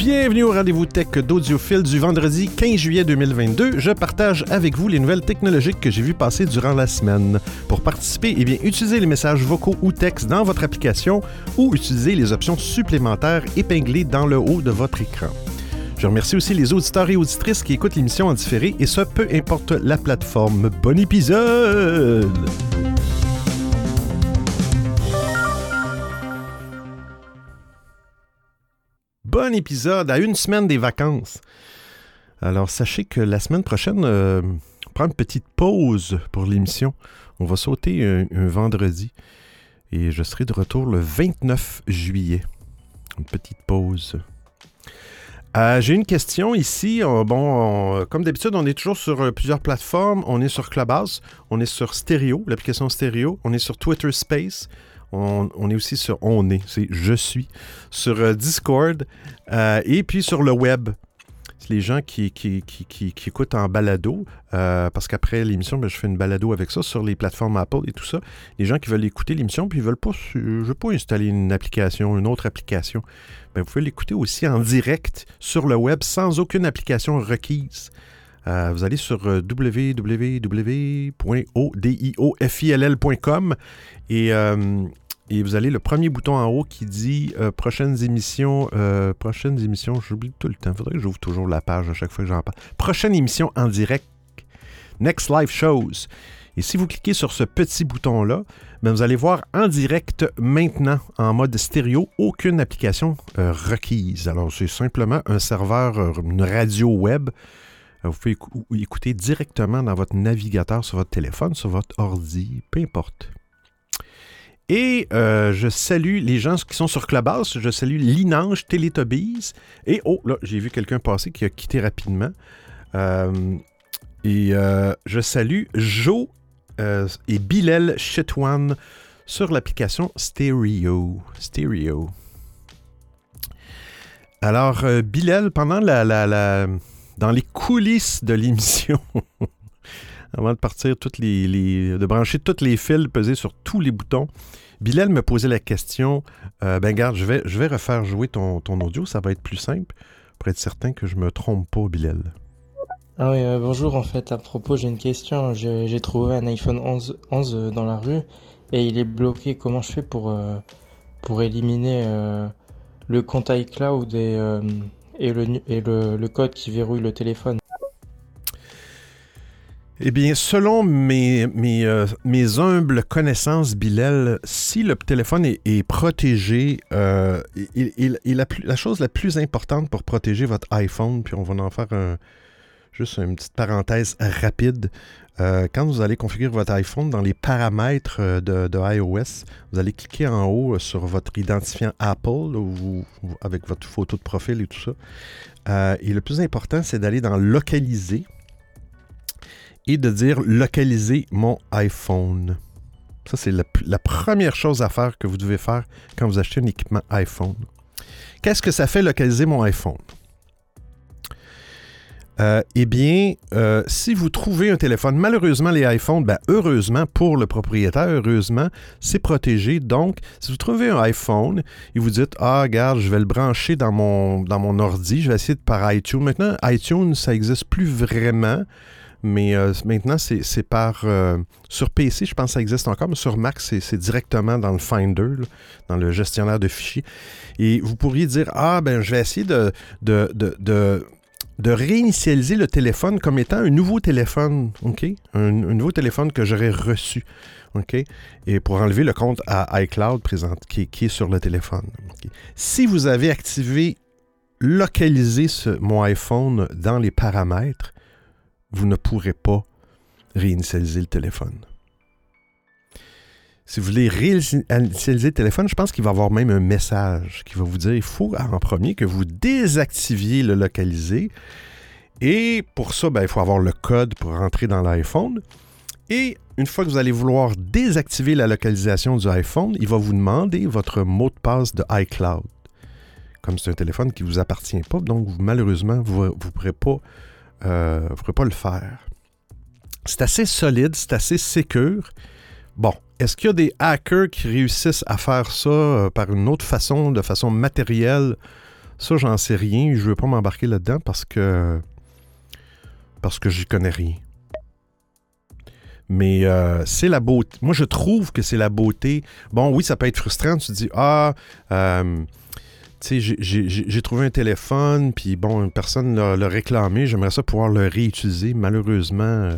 Bienvenue au rendez-vous tech d'Audiophile du vendredi 15 juillet 2022. Je partage avec vous les nouvelles technologiques que j'ai vues passer durant la semaine. Pour participer, utilisez les messages vocaux ou textes dans votre application ou utilisez les options supplémentaires épinglées dans le haut de votre écran. Je remercie aussi les auditeurs et auditrices qui écoutent l'émission en différé et ce, peu importe la plateforme. Bon épisode! Bon épisode à une semaine des vacances. Alors, sachez que la semaine prochaine, on prend une petite pause pour l'émission. On va sauter un vendredi et je serai de retour le 29 juillet. Une petite pause. J'ai une question ici. Comme d'habitude, on est toujours sur plusieurs plateformes. On est sur Clubhouse, on est sur Stereo, l'application Stereo, on est sur Twitter Space. On est aussi sur Je suis, sur Discord et puis sur le web. C'est les gens qui écoutent en balado, parce qu'après l'émission, je fais une balado avec ça sur les plateformes Apple et tout ça. Les gens qui veulent écouter l'émission puis ils veulent pas, je veux pas installer une autre application. Vous pouvez l'écouter aussi en direct sur le web sans aucune application requise. Vous allez sur www.odiofill.com et vous allez le premier bouton en haut qui dit prochaines émissions, j'oublie tout le temps, il faudrait que j'ouvre toujours la page à chaque fois que j'en parle. Prochaine émission en direct, Next Live Shows. Et si vous cliquez sur ce petit bouton-là, vous allez voir en direct maintenant, en mode stéréo, aucune application requise. Alors c'est simplement un serveur, une radio web. Vous pouvez écouter directement dans votre navigateur, sur votre téléphone, sur votre ordi, peu importe. Et je salue les gens qui sont sur Clubhouse. Je salue Linange, Teletubbies. Et là, j'ai vu quelqu'un passer qui a quitté rapidement. Je salue Joe et Bilal Chitwan sur l'application Stereo. Alors, Bilal, pendant dans les coulisses de l'émission, avant de partir, de brancher tous les fils, peser sur tous les boutons, Bilal me posait la question, regarde, je vais refaire jouer ton audio, ça va être plus simple, pour être certain que je me trompe pas, Bilal. Ah oui, bonjour, en fait, à propos, j'ai une question. J'ai trouvé un iPhone 11 dans la rue et il est bloqué. Comment je fais pour éliminer le compte iCloud et le code qui verrouille le téléphone? Eh bien, selon mes humbles connaissances, Bilal, si le téléphone est protégé, la chose la plus importante pour protéger votre iPhone, puis on va en faire juste une petite parenthèse rapide. Quand vous allez configurer votre iPhone dans les paramètres de iOS, vous allez cliquer en haut sur votre identifiant Apple, avec votre photo de profil et tout ça. Et le plus important, c'est d'aller dans « Localiser » et de dire « Localiser mon iPhone ». Ça, c'est la première chose à faire que vous devez faire quand vous achetez un équipement iPhone. Qu'est-ce que ça fait localiser mon iPhone? Si vous trouvez un téléphone, malheureusement, les iPhones, heureusement pour le propriétaire, heureusement, c'est protégé. Donc, si vous trouvez un iPhone et vous dites, regarde, je vais le brancher dans mon ordi, je vais essayer par iTunes. Maintenant, iTunes, ça n'existe plus vraiment, mais maintenant, c'est par... sur PC, je pense que ça existe encore, mais sur Mac, c'est directement dans le Finder, là, dans le gestionnaire de fichiers. Et vous pourriez dire, je vais essayer de réinitialiser le téléphone comme étant un nouveau téléphone, OK? Un nouveau téléphone que j'aurais reçu, OK? Et pour enlever le compte à iCloud qui est sur le téléphone. Okay? Si vous avez activé localiser mon iPhone dans les paramètres, vous ne pourrez pas réinitialiser le téléphone. Si vous voulez réinitialiser le téléphone, je pense qu'il va y avoir même un message qui va vous dire il faut en premier que vous désactiviez le localiser. Et pour ça, il faut avoir le code pour rentrer dans l'iPhone. Et une fois que vous allez vouloir désactiver la localisation du iPhone, il va vous demander votre mot de passe de iCloud. Comme c'est un téléphone qui ne vous appartient pas, donc malheureusement, vous ne pourrez pas le faire. C'est assez solide, c'est assez sécure. Bon, est-ce qu'il y a des hackers qui réussissent à faire ça par une autre façon, de façon matérielle? Ça, j'en sais rien. Je veux pas m'embarquer là-dedans parce que j'y connais rien. Mais c'est la beauté. Moi, je trouve que c'est la beauté. Bon, oui, ça peut être frustrant. Tu te dis, tu sais, j'ai trouvé un téléphone, puis bon, une personne l'a réclamé. J'aimerais ça pouvoir le réutiliser. Malheureusement,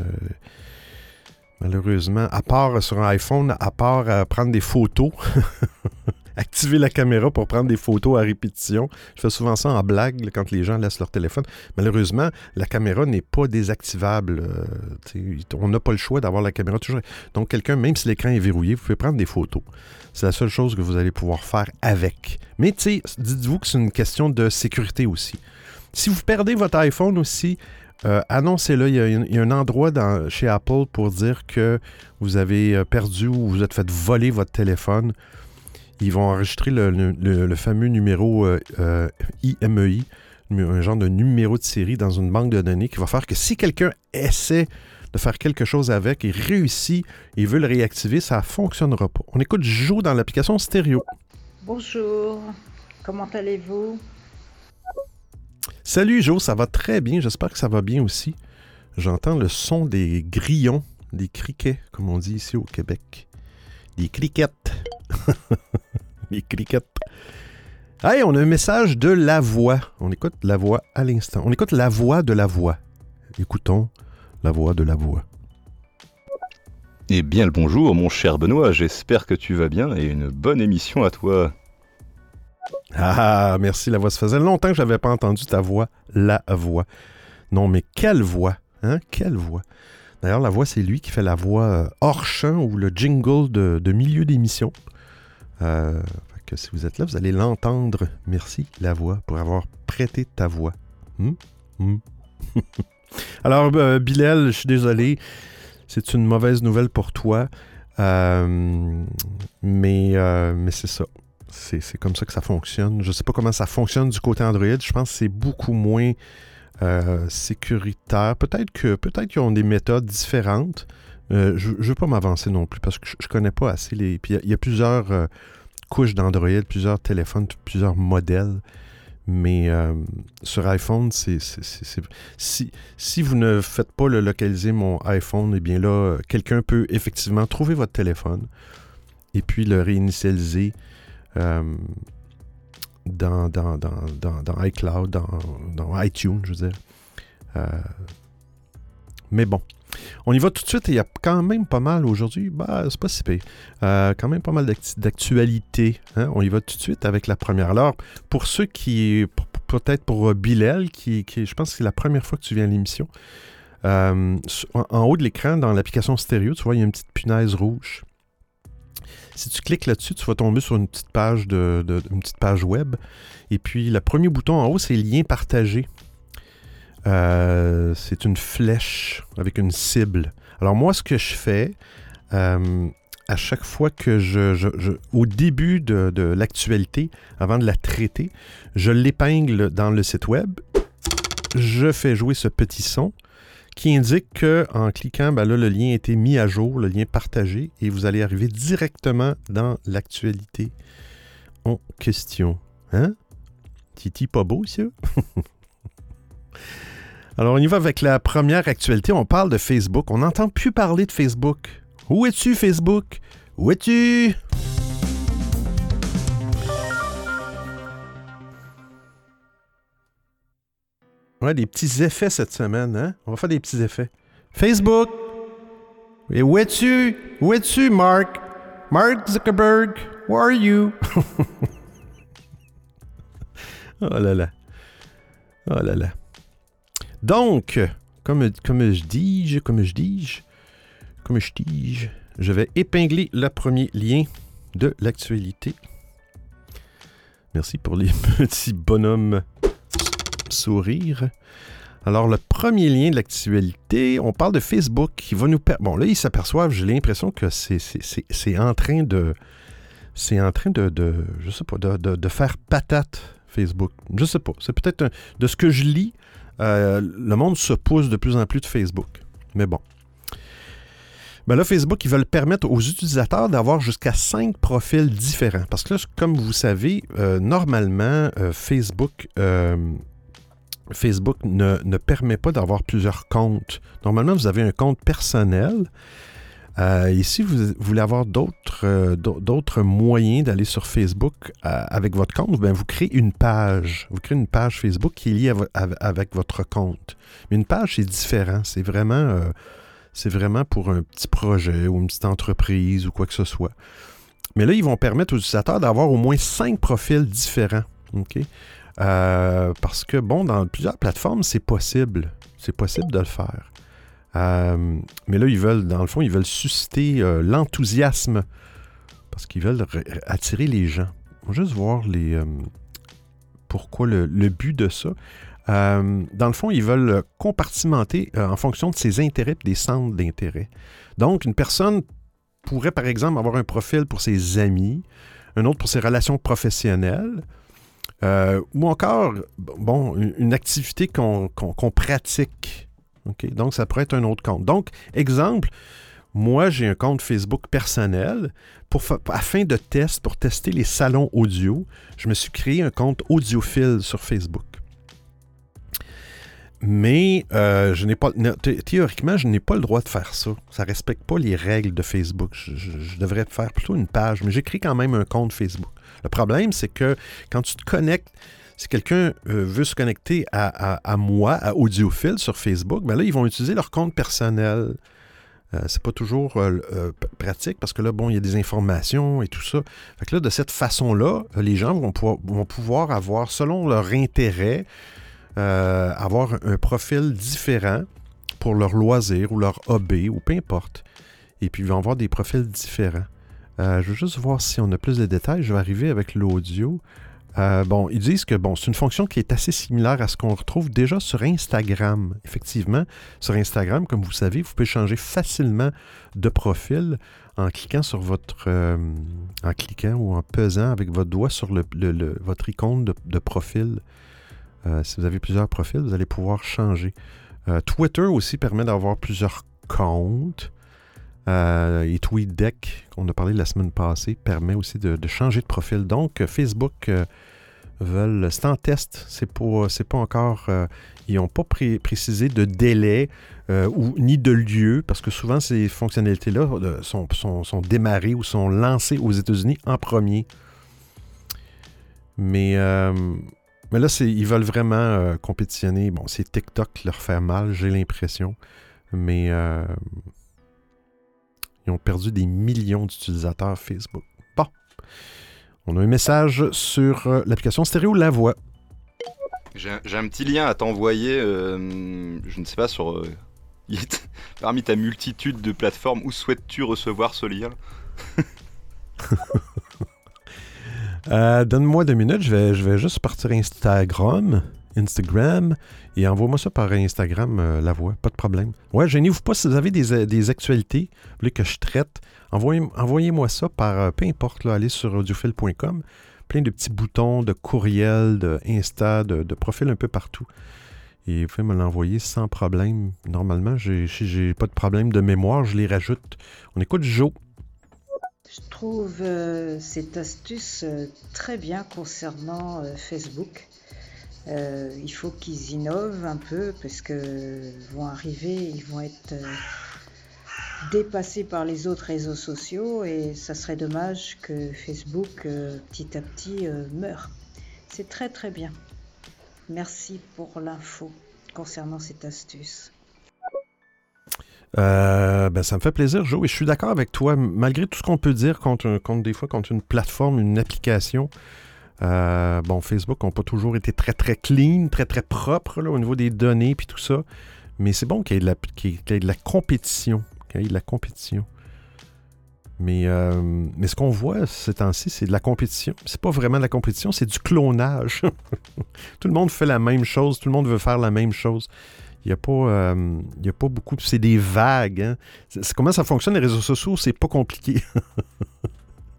à part sur un iPhone, à part prendre des photos, activer la caméra pour prendre des photos à répétition. Je fais souvent ça en blague là, quand les gens laissent leur téléphone. Malheureusement, la caméra n'est pas désactivable. On n'a pas le choix d'avoir la caméra toujours. Donc, quelqu'un, même si l'écran est verrouillé, vous pouvez prendre des photos. C'est la seule chose que vous allez pouvoir faire avec. Mais tu sais, dites-vous que c'est une question de sécurité aussi. Si vous perdez votre iPhone aussi, annoncez-le. Il y a un endroit chez Apple pour dire que vous avez perdu ou vous êtes fait voler votre téléphone. Ils vont enregistrer le fameux numéro IMEI, un genre de numéro de série dans une banque de données qui va faire que si quelqu'un essaie de faire quelque chose avec et réussit et veut le réactiver, ça ne fonctionnera pas. On écoute Jo dans l'application Stéréo. Bonjour, comment allez-vous? Salut Jo, ça va très bien. J'espère que ça va bien aussi. J'entends le son des grillons, des criquets, comme on dit ici au Québec. Des criquettes. Les criquettes. Hey, on a un message de La Voix. On écoute La Voix à l'instant. On écoute La Voix de La Voix. Écoutons La Voix de La Voix. Eh bien le bonjour mon cher Benoît, j'espère que tu vas bien et une bonne émission à toi. Ah, merci La Voix. Ça faisait longtemps que je n'avais pas entendu ta voix, La Voix. Non, mais quelle voix, hein? Quelle voix. D'ailleurs, La Voix, c'est lui qui fait la voix hors champ ou le jingle de milieu d'émission. Que si vous êtes là, vous allez l'entendre. Merci, La Voix, pour avoir prêté ta voix. Alors, Bilal, je suis désolé. C'est une mauvaise nouvelle pour toi. Mais c'est ça. C'est comme ça que ça fonctionne. Je ne sais pas comment ça fonctionne du côté Android. Je pense que c'est beaucoup moins sécuritaire. Peut-être qu'ils ont des méthodes différentes. Je ne veux pas m'avancer non plus parce que je ne connais pas assez les... Puis il y a plusieurs couches d'Android, plusieurs téléphones, plusieurs modèles. Mais sur iPhone, si vous ne faites pas le localiser mon iPhone, eh bien là, quelqu'un peut effectivement trouver votre téléphone et puis le réinitialiser dans iCloud, dans iTunes, je veux dire. Mais bon, on y va tout de suite et il y a quand même pas mal aujourd'hui. C'est pas si pire. Quand même pas mal d'actualités. Hein? On y va tout de suite avec la première. Alors, pour ceux qui... Peut-être pour Bilal, qui je pense que c'est la première fois que tu viens à l'émission. En haut de l'écran, dans l'application Stéréo, tu vois, il y a une petite punaise rouge. Si tu cliques là-dessus, tu vas tomber sur une petite page une petite page web. Et puis, le premier bouton en haut, c'est lien partagé. C'est une flèche avec une cible. Alors moi, ce que je fais, à chaque fois que au début de l'actualité, avant de la traiter, je l'épingle dans le site web. Je fais jouer ce petit son qui indique qu'en cliquant, là, le lien a été mis à jour, le lien partagé, et vous allez arriver directement dans l'actualité en question. Hein? Titi pas beau, ça? Alors, on y va avec la première actualité. On parle de Facebook. On n'entend plus parler de Facebook. Où es-tu, Facebook? Où es-tu? Ouais, des petits effets cette semaine, hein? On va faire des petits effets. Facebook! Et où es-tu? Où es-tu, Mark? Mark Zuckerberg, where are you? Oh là là. Oh là là. Donc, comme je dis, je vais épingler le premier lien de l'actualité. Merci pour les petits bonhommes sourires. Alors, le premier lien de l'actualité, on parle de Facebook qui va nous... Bon, là, ils s'aperçoivent, j'ai l'impression que c'est en train de... C'est en train je sais pas, de faire patate, Facebook. Je sais pas. C'est peut-être de ce que je lis, le monde se pousse de plus en plus de Facebook. Mais bon. Ben là, Facebook, ils veulent permettre aux utilisateurs d'avoir jusqu'à 5 profils différents. Parce que là, comme vous savez, normalement, Facebook ne permet pas d'avoir plusieurs comptes. Normalement, vous avez un compte personnel. Et si vous voulez avoir d'autres moyens d'aller sur Facebook avec votre compte, ben vous créez une page. Vous créez une page Facebook qui est liée avec votre compte. Mais une page, c'est différent. C'est vraiment pour un petit projet ou une petite entreprise ou quoi que ce soit. Mais là, ils vont permettre aux utilisateurs d'avoir au moins 5 profils différents. OK? Parce que, bon, dans plusieurs plateformes, c'est possible. C'est possible de le faire. Mais là, dans le fond, ils veulent susciter l'enthousiasme parce qu'ils veulent attirer les gens. On va juste voir pourquoi le but de ça. Dans le fond, ils veulent compartimenter en fonction de ses intérêts et des centres d'intérêt. Donc, une personne pourrait, par exemple, avoir un profil pour ses amis, un autre pour ses relations professionnelles, ou encore, bon, une activité qu'on pratique. Okay? Donc, ça pourrait être un autre compte. Donc, exemple, moi, j'ai un compte Facebook personnel afin de pour tester les salons audio. Je me suis créé un compte audiophile sur Facebook. Mais théoriquement, je n'ai pas le droit de faire ça. Ça ne respecte pas les règles de Facebook. Je devrais faire plutôt une page, mais j'écris quand même un compte Facebook. Le problème, c'est que quand tu te connectes, si quelqu'un veut se connecter à moi, à Audiophile sur Facebook, ben là, ils vont utiliser leur compte personnel. C'est pas toujours pratique parce que là, bon, il y a des informations et tout ça. Fait que là, de cette façon-là, les gens vont pouvoir avoir, selon leur intérêt, avoir un profil différent pour leur loisir ou leur hobby ou peu importe. Et puis, ils vont avoir des profils différents. Je veux juste voir si on a plus de détails. Je vais arriver avec l'audio. Bon, ils disent que c'est une fonction qui est assez similaire à ce qu'on retrouve déjà sur Instagram. Effectivement, sur Instagram, comme vous savez, vous pouvez changer facilement de profil en cliquant sur en cliquant ou en pesant avec votre doigt sur votre icône de profil. Si vous avez plusieurs profils, vous allez pouvoir changer. Twitter aussi permet d'avoir plusieurs comptes. Et TweetDeck, qu'on a parlé la semaine passée, permet aussi de changer de profil. Donc, Facebook c'est en test. C'est pas encore... ils n'ont pas précisé de délai ni de lieu, parce que souvent, ces fonctionnalités-là sont démarrées ou sont lancées aux États-Unis en premier. Mais là, ils veulent vraiment compétitionner. Bon, c'est TikTok qui leur fait mal, j'ai l'impression. Mais... ils ont perdu des millions d'utilisateurs Facebook. Bon. On a un message sur l'application Stéréo La Voix. J'ai un petit lien à t'envoyer, je ne sais pas, sur parmi ta multitude de plateformes. Où souhaites-tu recevoir ce lien? Donne-moi 2 minutes, je vais juste partir Instagram, et envoie-moi ça par Instagram, La Voix, pas de problème. Ouais, gênez-vous pas si vous avez des actualités, vous voulez que je traite, envoyez-moi ça par, peu importe, là, allez sur audiophile.com, plein de petits boutons, de courriels, de Insta, de profils un peu partout. Et vous pouvez me l'envoyer sans problème. Normalement, si j'ai pas de problème de mémoire, je les rajoute. On écoute Joe. Je trouve cette astuce très bien concernant Facebook. Il faut qu'ils innovent un peu parce que ils vont être dépassés par les autres réseaux sociaux et ça serait dommage que Facebook petit à petit meure. C'est très très bien. Merci pour l'info concernant cette astuce. Ça me fait plaisir, Joe, et je suis d'accord avec toi. Malgré tout ce qu'on peut dire contre une plateforme, une application, Facebook n'a pas toujours été très, très clean, très, très propre là, au niveau des données et tout ça. Mais c'est bon qu'il y ait de la compétition. Mais ce qu'on voit ces temps-ci, c'est de la compétition. C'est pas vraiment de la compétition, c'est du clonage. Tout le monde fait la même chose, tout le monde veut faire la même chose. Il n'y a pas beaucoup... C'est des vagues. Hein? Comment ça fonctionne, les réseaux sociaux? C'est pas compliqué.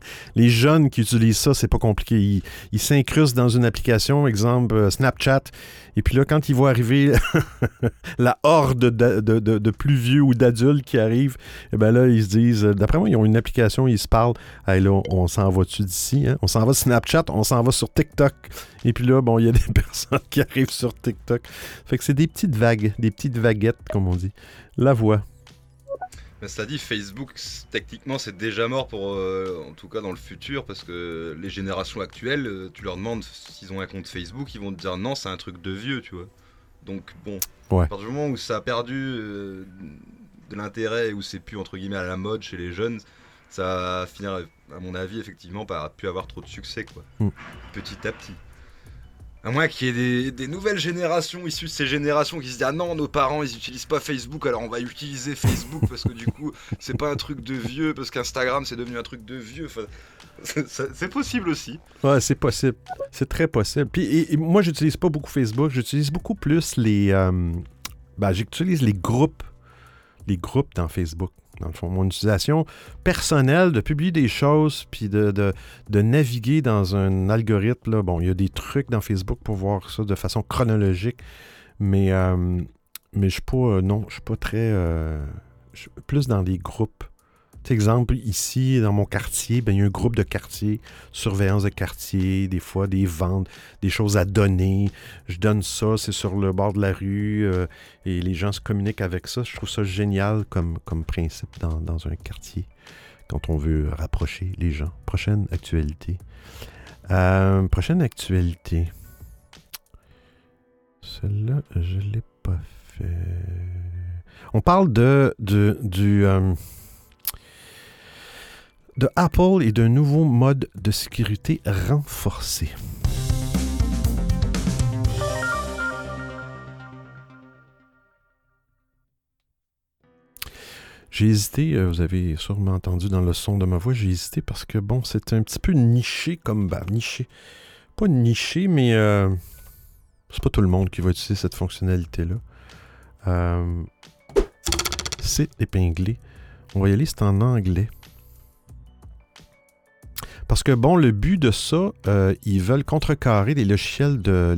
Les jeunes qui utilisent ça, c'est pas compliqué. Ils s'incrustent dans une application, exemple Snapchat, et puis là, quand ils voient arriver la horde de plus vieux ou d'adultes qui arrivent, et bien là, ils se disent, d'après moi, ils ont une application, ils se parlent, hey, là, on s'en va-tu d'ici? Hein? On s'en va sur Snapchat, on s'en va sur TikTok. Et puis là, bon, il y a des personnes qui arrivent sur TikTok. Fait que c'est des petites vagues, des petites vaguettes, comme on dit. La voix. Mais ça dit, Facebook, techniquement, c'est déjà mort pour, en tout cas dans le futur, parce que les générations actuelles, tu leur demandes s'ils ont un compte Facebook, ils vont te dire non, c'est un truc de vieux, tu vois. Donc bon, à partir du moment où ça a perdu de l'intérêt et où c'est plus entre guillemets à la mode chez les jeunes, ça va finir, à mon avis, effectivement, par plus avoir trop de succès, quoi. Petit à petit. À moins qu'il y ait des nouvelles générations issues de ces générations qui se disent « Ah non, nos parents, ils utilisent pas Facebook, alors on va utiliser Facebook parce que du coup, c'est pas un truc de vieux, parce qu'Instagram, c'est devenu un truc de vieux. » Enfin, c'est possible aussi. Ouais, c'est possible. C'est très possible. Puis et moi, j'utilise pas beaucoup Facebook. J'utilise beaucoup plus j'utilise les groupes dans Facebook. Dans le fond, mon utilisation personnelle de publier des choses puis de naviguer dans un algorithme, là, bon, il y a des trucs dans Facebook pour voir ça de façon chronologique, mais je suis pas très... je suis plus dans des groupes. Par exemple, ici, dans mon quartier, il y a un groupe de quartier, surveillance de quartier, des fois des ventes, des choses à donner. Je donne ça, c'est sur le bord de la rue et les gens se communiquent avec ça. Je trouve ça génial comme principe dans un quartier quand on veut rapprocher les gens. Prochaine actualité. Celle-là, je ne l'ai pas fait. On parle de Apple et d'un nouveau mode de sécurité renforcé. J'ai hésité, vous avez sûrement entendu dans le son de ma voix, j'ai hésité parce que, bon, c'est un petit peu niché comme... niché. Pas niché, mais c'est pas tout le monde qui va utiliser cette fonctionnalité-là. C'est épinglé. On va y aller, c'est en anglais. Parce que, bon, le but de ça, ils veulent contrecarrer les logiciels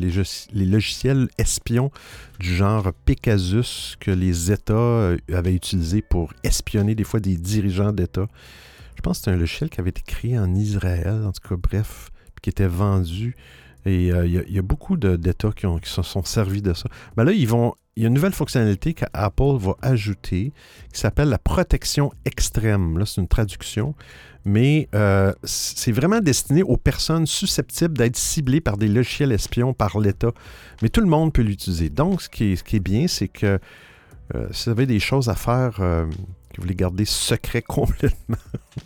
espions du genre Pegasus que les États avaient utilisé pour espionner des fois des dirigeants d'États. Je pense que c'est un logiciel qui avait été créé en Israël, en tout cas, bref, qui était vendu. Et il y a beaucoup d'États qui se sont servis de ça. Ben là, il y a une nouvelle fonctionnalité qu'Apple va ajouter qui s'appelle la protection extrême. Là, c'est une traduction. Mais c'est vraiment destiné aux personnes susceptibles d'être ciblées par des logiciels espions par l'État. Mais tout le monde peut l'utiliser. Donc, ce qui est bien, c'est que si vous avez des choses à faire que vous voulez garder secret complètement,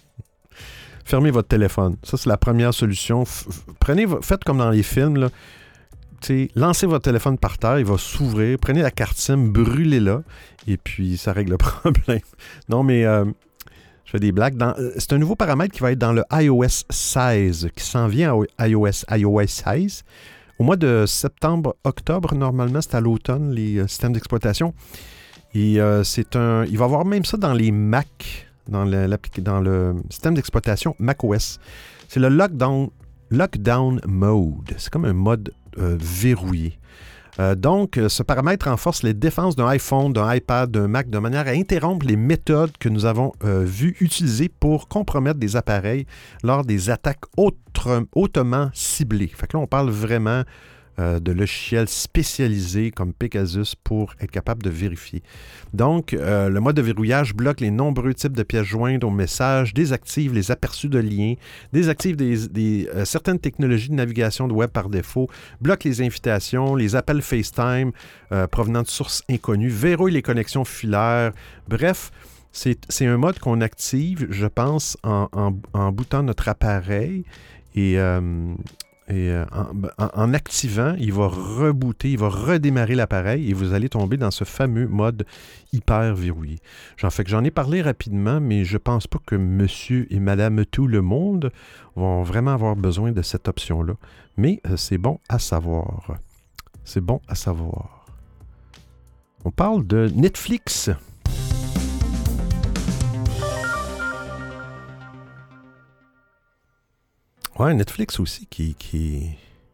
fermez votre téléphone. Ça, c'est la première solution. Faites comme dans les films, là. Lancez votre téléphone par terre, il va s'ouvrir. Prenez la carte SIM, brûlez-la, et puis ça règle le problème. Non, mais... je fais des blagues. C'est un nouveau paramètre qui va être dans le iOS 16, qui s'en vient à iOS 16. Au mois de septembre-octobre, normalement, c'est à l'automne, les systèmes d'exploitation. Et il va y avoir même ça dans les Mac, dans le système d'exploitation macOS. C'est le lockdown mode. C'est comme un mode verrouillé. Donc, ce paramètre renforce les défenses d'un iPhone, d'un iPad, d'un Mac de manière à interrompre les méthodes que nous avons vues utiliser pour compromettre des appareils lors des attaques hautement ciblées. Fait que là, on parle vraiment de logiciels spécialisés comme Pegasus pour être capable de vérifier. Donc, le mode de verrouillage bloque les nombreux types de pièces jointes au message, désactive les aperçus de liens, désactive certaines technologies de navigation de web par défaut, bloque les invitations, les appels FaceTime provenant de sources inconnues, verrouille les connexions filaires. Bref, c'est un mode qu'on active, je pense, en bootant notre appareil et en activant, il va rebooter, il va redémarrer l'appareil et vous allez tomber dans ce fameux mode hyper verrouillé. J'en ai parlé rapidement, mais je pense pas que monsieur et madame tout le monde vont vraiment avoir besoin de cette option-là. Mais c'est bon à savoir. C'est bon à savoir. On parle de Netflix. Ouais, Netflix aussi qui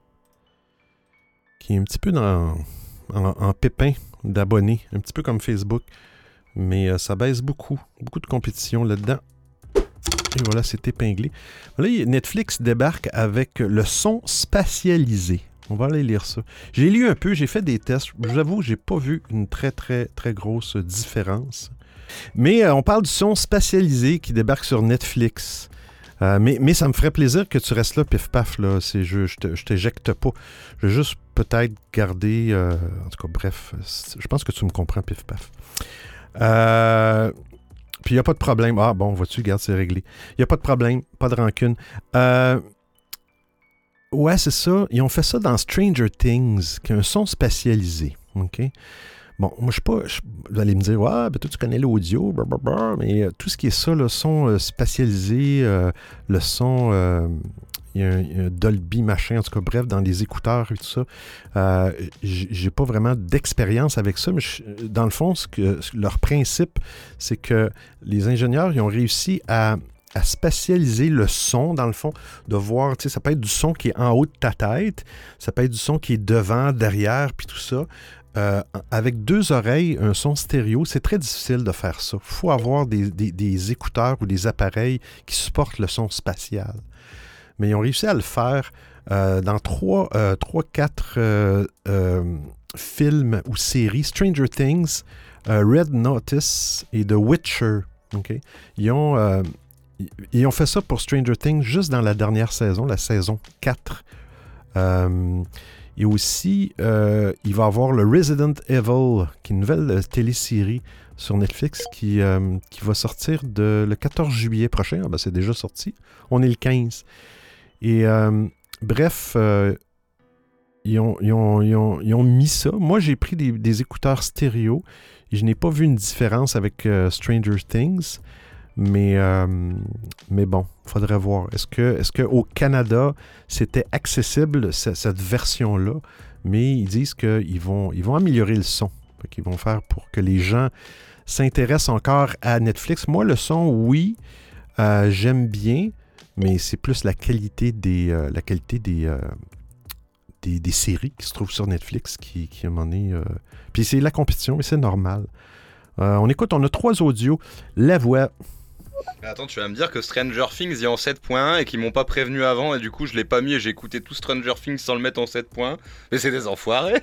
est un petit peu en pépin d'abonnés, un petit peu comme Facebook. Mais ça baisse beaucoup de compétition là-dedans. Et voilà, c'est épinglé. Là, Netflix débarque avec le son spatialisé. On va aller lire ça. J'ai lu un peu, j'ai fait des tests. Je vous avoue, j'ai pas vu une très, très, très grosse différence. Mais on parle du son spatialisé qui débarque sur Netflix. Mais ça me ferait plaisir que tu restes là, pif paf. Là. Je t'éjecte pas. Je vais juste peut-être garder... en tout cas, bref, je pense que tu me comprends, pif paf. Puis il n'y a pas de problème. Ah bon, vois-tu, regarde, c'est réglé. Il n'y a pas de problème, pas de rancune. Ouais, c'est ça. Ils ont fait ça dans Stranger Things, qui a un son spatialisé. OK? Bon, moi, je suis pas... vous allez me dire, ouais, ben toi, tu connais l'audio, blablabla, mais tout ce qui est ça, le son spatialisé, le son... il y a un Dolby machin, en tout cas, bref, dans les écouteurs et tout ça. J'ai pas vraiment d'expérience avec ça, mais dans le fond, leur principe, c'est que les ingénieurs, ils ont réussi à spatialiser le son, dans le fond, de voir, tu sais, ça peut être du son qui est en haut de ta tête, ça peut être du son qui est devant, derrière, puis tout ça. Avec 2 oreilles, un son stéréo, c'est très difficile de faire ça. Il faut avoir des écouteurs ou des appareils qui supportent le son spatial. Mais ils ont réussi à le faire dans 3-4 films ou séries. Stranger Things, Red Notice et The Witcher. Okay? Ils ont fait ça pour Stranger Things juste dans la dernière saison, la saison 4. Et aussi, il va y avoir le Resident Evil, qui est une nouvelle télésérie sur Netflix qui va sortir le 14 juillet prochain. Ah ben, c'est déjà sorti. On est le 15. Et bref, ils ont mis ça. Moi, j'ai pris des écouteurs stéréo et je n'ai pas vu une différence avec Stranger Things. Mais bon, il faudrait voir. Est-ce qu'au Canada, c'était accessible, cette version-là? Mais ils disent qu'ils vont améliorer le son. Ils vont faire pour que les gens s'intéressent encore à Netflix. Moi, le son, oui, j'aime bien. Mais c'est plus la qualité des séries qui se trouvent sur Netflix qui à un moment donné... Puis c'est la compétition, mais c'est normal. On a 3 audios. La voix... Mais attends, tu vas me dire que Stranger Things est en 7.1 et qu'ils m'ont pas prévenu avant et du coup je l'ai pas mis et j'ai écouté tout Stranger Things sans le mettre en 7.1. Mais c'est des enfoirés.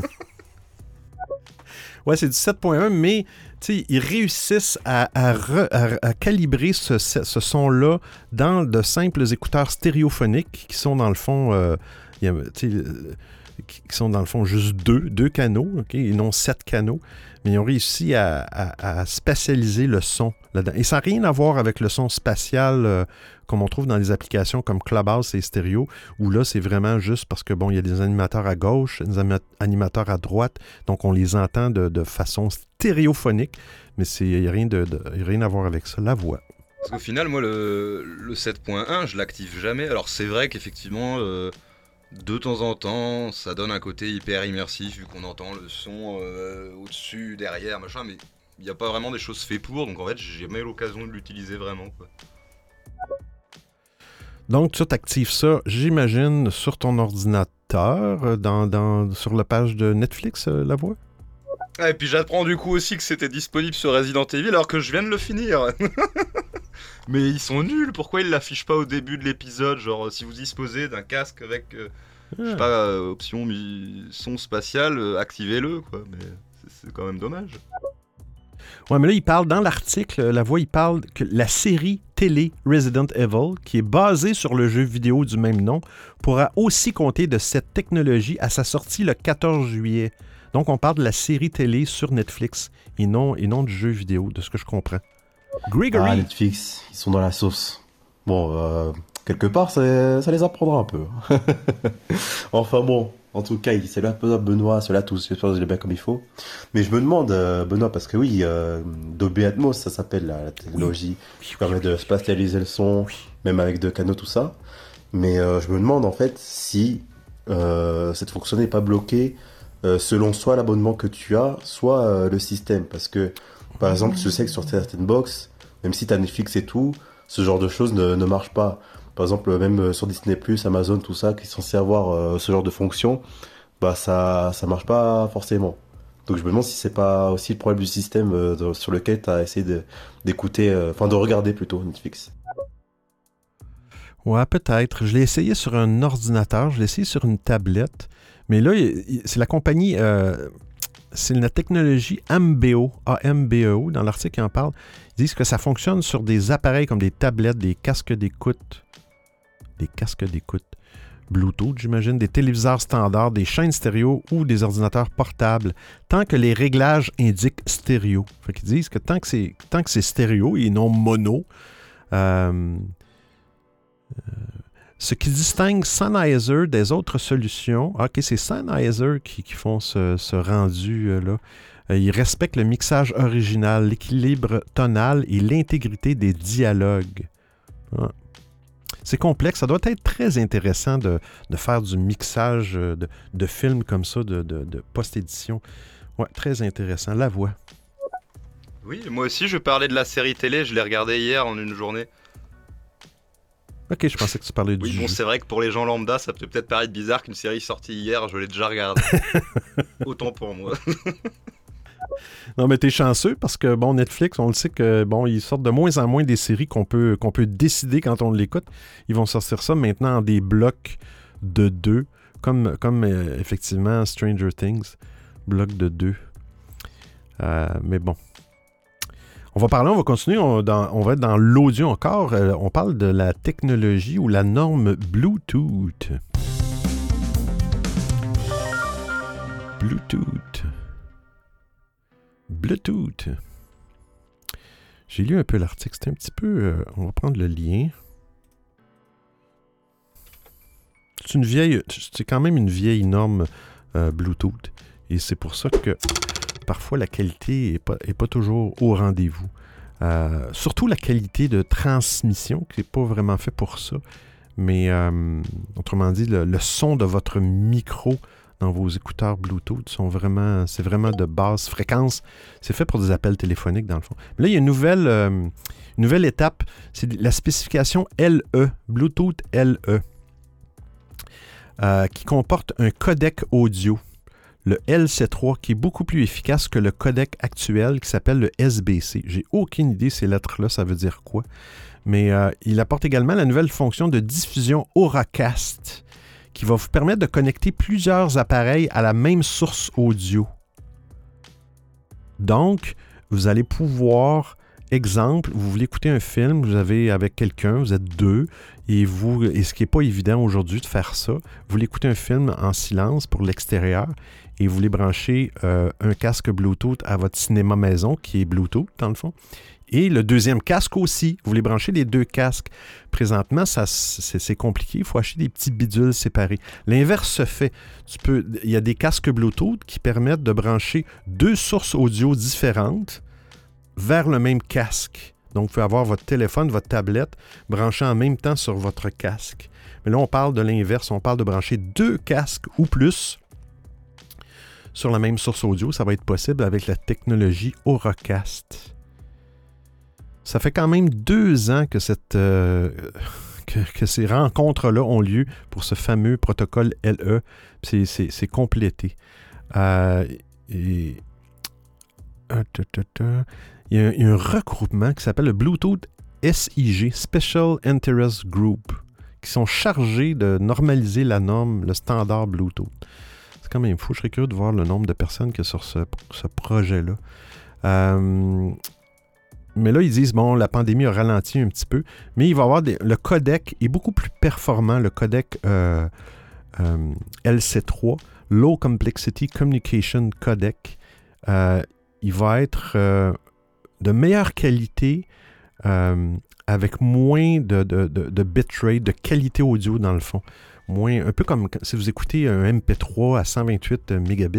Ouais, c'est du 7.1, mais ils réussissent à calibrer ce son-là dans de simples écouteurs stéréophoniques qui sont dans le fond, qui sont dans le fond juste deux canaux, okay, et non 7 canaux. Mais ils ont réussi à spatialiser le son là-dedans. Et ça n'a rien à voir avec le son spatial comme on trouve dans les applications comme Clubhouse et Stereo, où là, c'est vraiment juste parce que, bon, il y a des animateurs à gauche, des animateurs à droite, donc on les entend de façon stéréophonique, mais il n'y a rien à voir avec ça, la voix. Parce qu'au final, moi, le 7.1, je l'active jamais. Alors, c'est vrai qu'effectivement... de temps en temps, ça donne un côté hyper immersif vu qu'on entend le son au-dessus, derrière, machin, mais il n'y a pas vraiment des choses faites pour, donc en fait, j'ai jamais eu l'occasion de l'utiliser vraiment, quoi. Donc, tu actives ça, j'imagine, sur ton ordinateur, sur la page de Netflix, la voix? Ah, et puis j'apprends du coup aussi que c'était disponible sur Resident Evil alors que je viens de le finir. Mais ils sont nuls, pourquoi ils l'affichent pas au début de l'épisode? Genre, si vous disposez d'un casque avec, je sais pas, option son spatial, activez-le, quoi. Mais c'est quand même dommage. Ouais, mais là, il parle, dans l'article, la voix, il parle que la série télé Resident Evil, qui est basée sur le jeu vidéo du même nom, pourra aussi compter de cette technologie à sa sortie le 14 juillet. Donc, on parle de la série télé sur Netflix et non du jeu vidéo, de ce que je comprends. Gregory. Ah, Netflix, ils sont dans la sauce. Bon, quelque part, ça les apprendra un peu. Enfin bon, en tout cas, c'est là Benoît, c'est là tous, j'espère que je l'ai bien comme il faut. Mais je me demande, Benoît, parce que oui, Dolby Atmos, ça s'appelle la technologie qui permet de spatialiser le son, même avec 2 canaux, tout ça. Mais je me demande en fait si cette fonction n'est pas bloquée selon soit l'abonnement que tu as, soit le système. Parce que, par exemple, je sais que sur certaines box, même si tu as Netflix et tout, ce genre de choses ne marche pas. Par exemple, même sur Disney+, Amazon, tout ça, qui est censé avoir ce genre de fonction, bah ça marche pas forcément. Donc je me demande si c'est pas aussi le problème du système sur lequel tu as essayé d'écouter, enfin de regarder plutôt Netflix. Ouais, peut-être. Je l'ai essayé sur un ordinateur, je l'ai essayé sur une tablette, mais là, c'est la compagnie, c'est la technologie Ambeo, A-M-B-E-O, dans l'article qui en parle. Ils disent que ça fonctionne sur des appareils comme des tablettes, des casques d'écoute, Bluetooth, j'imagine, des téléviseurs standards, des chaînes stéréo ou des ordinateurs portables, tant que les réglages indiquent stéréo. Fait qu'ils disent que tant que c'est stéréo et non mono, ce qui distingue Sennheiser des autres solutions, OK, c'est Sennheiser qui font ce rendu-là. Ils respectent le mixage original, l'équilibre tonal et l'intégrité des dialogues. Ah. C'est complexe, ça doit être très intéressant de faire du mixage de films comme ça, de post-édition. Ouais, très intéressant. La voix. Oui, moi aussi, je parlais de la série télé, je l'ai regardée hier en une journée. Ok, je pensais que tu parlais du Oui, bon, jeu. c'est vrai que pour les gens lambda, ça peut peut-être paraître bizarre qu'une série sortie hier, je l'ai déjà regardée. Autant pour moi. Non, mais t'es chanceux parce que, bon, Netflix, on le sait que, bon, ils sortent de moins en moins des séries qu'on peut décider quand on l'écoute. Ils vont sortir ça maintenant en des blocs de 2, comme effectivement Stranger Things, bloc de 2. Mais bon. On va continuer, on va être dans l'audio encore. On parle de la technologie ou la norme Bluetooth. Bluetooth. J'ai lu un peu l'article. C'était un petit peu... on va prendre le lien. C'est quand même une vieille norme Bluetooth. Et c'est pour ça que parfois la qualité est pas toujours au rendez-vous. Surtout la qualité de transmission, qui n'est pas vraiment fait pour ça. Mais autrement dit, le son de votre micro dans vos écouteurs Bluetooth c'est vraiment de basse fréquence. C'est fait pour des appels téléphoniques, dans le fond. Mais là, il y a une nouvelle étape. C'est la spécification LE, Bluetooth LE, qui comporte un codec audio, le LC3, qui est beaucoup plus efficace que le codec actuel qui s'appelle le SBC. J'ai aucune idée ces lettres-là, ça veut dire quoi. Mais il apporte également la nouvelle fonction de diffusion Auracast, qui va vous permettre de connecter plusieurs appareils à la même source audio. Donc, vous allez pouvoir, exemple, vous voulez écouter un film, vous avez avec quelqu'un, vous êtes deux, et ce qui n'est pas évident aujourd'hui de faire ça, vous voulez écouter un film en silence pour l'extérieur, et vous voulez brancher un casque Bluetooth à votre cinéma maison, qui est Bluetooth dans le fond, et le deuxième casque aussi. Vous voulez brancher les deux casques. Présentement, c'est compliqué. Il faut acheter des petits bidules séparés. L'inverse se fait. Il y a des casques Bluetooth qui permettent de brancher deux sources audio différentes vers le même casque. Donc, vous pouvez avoir votre téléphone, votre tablette branchés en même temps sur votre casque. Mais là, on parle de l'inverse. On parle de brancher deux casques ou plus sur la même source audio. Ça va être possible avec la technologie Auracast. Ça fait quand même 2 ans que que ces rencontres-là ont lieu pour ce fameux protocole LE. C'est complété. Il y a un regroupement qui s'appelle le Bluetooth SIG, Special Interest Group, qui sont chargés de normaliser la norme, le standard Bluetooth. C'est quand même fou. Je serais curieux de voir le nombre de personnes qu'il y a sur ce projet-là. Mais là, ils disent, bon, la pandémie a ralenti un petit peu, mais il va y avoir le codec est beaucoup plus performant, le codec LC3, Low Complexity Communication Codec. Il va être de meilleure qualité, avec moins de bitrate, de qualité audio dans le fond. Un peu comme si vous écoutez un MP3 à 128 mégabits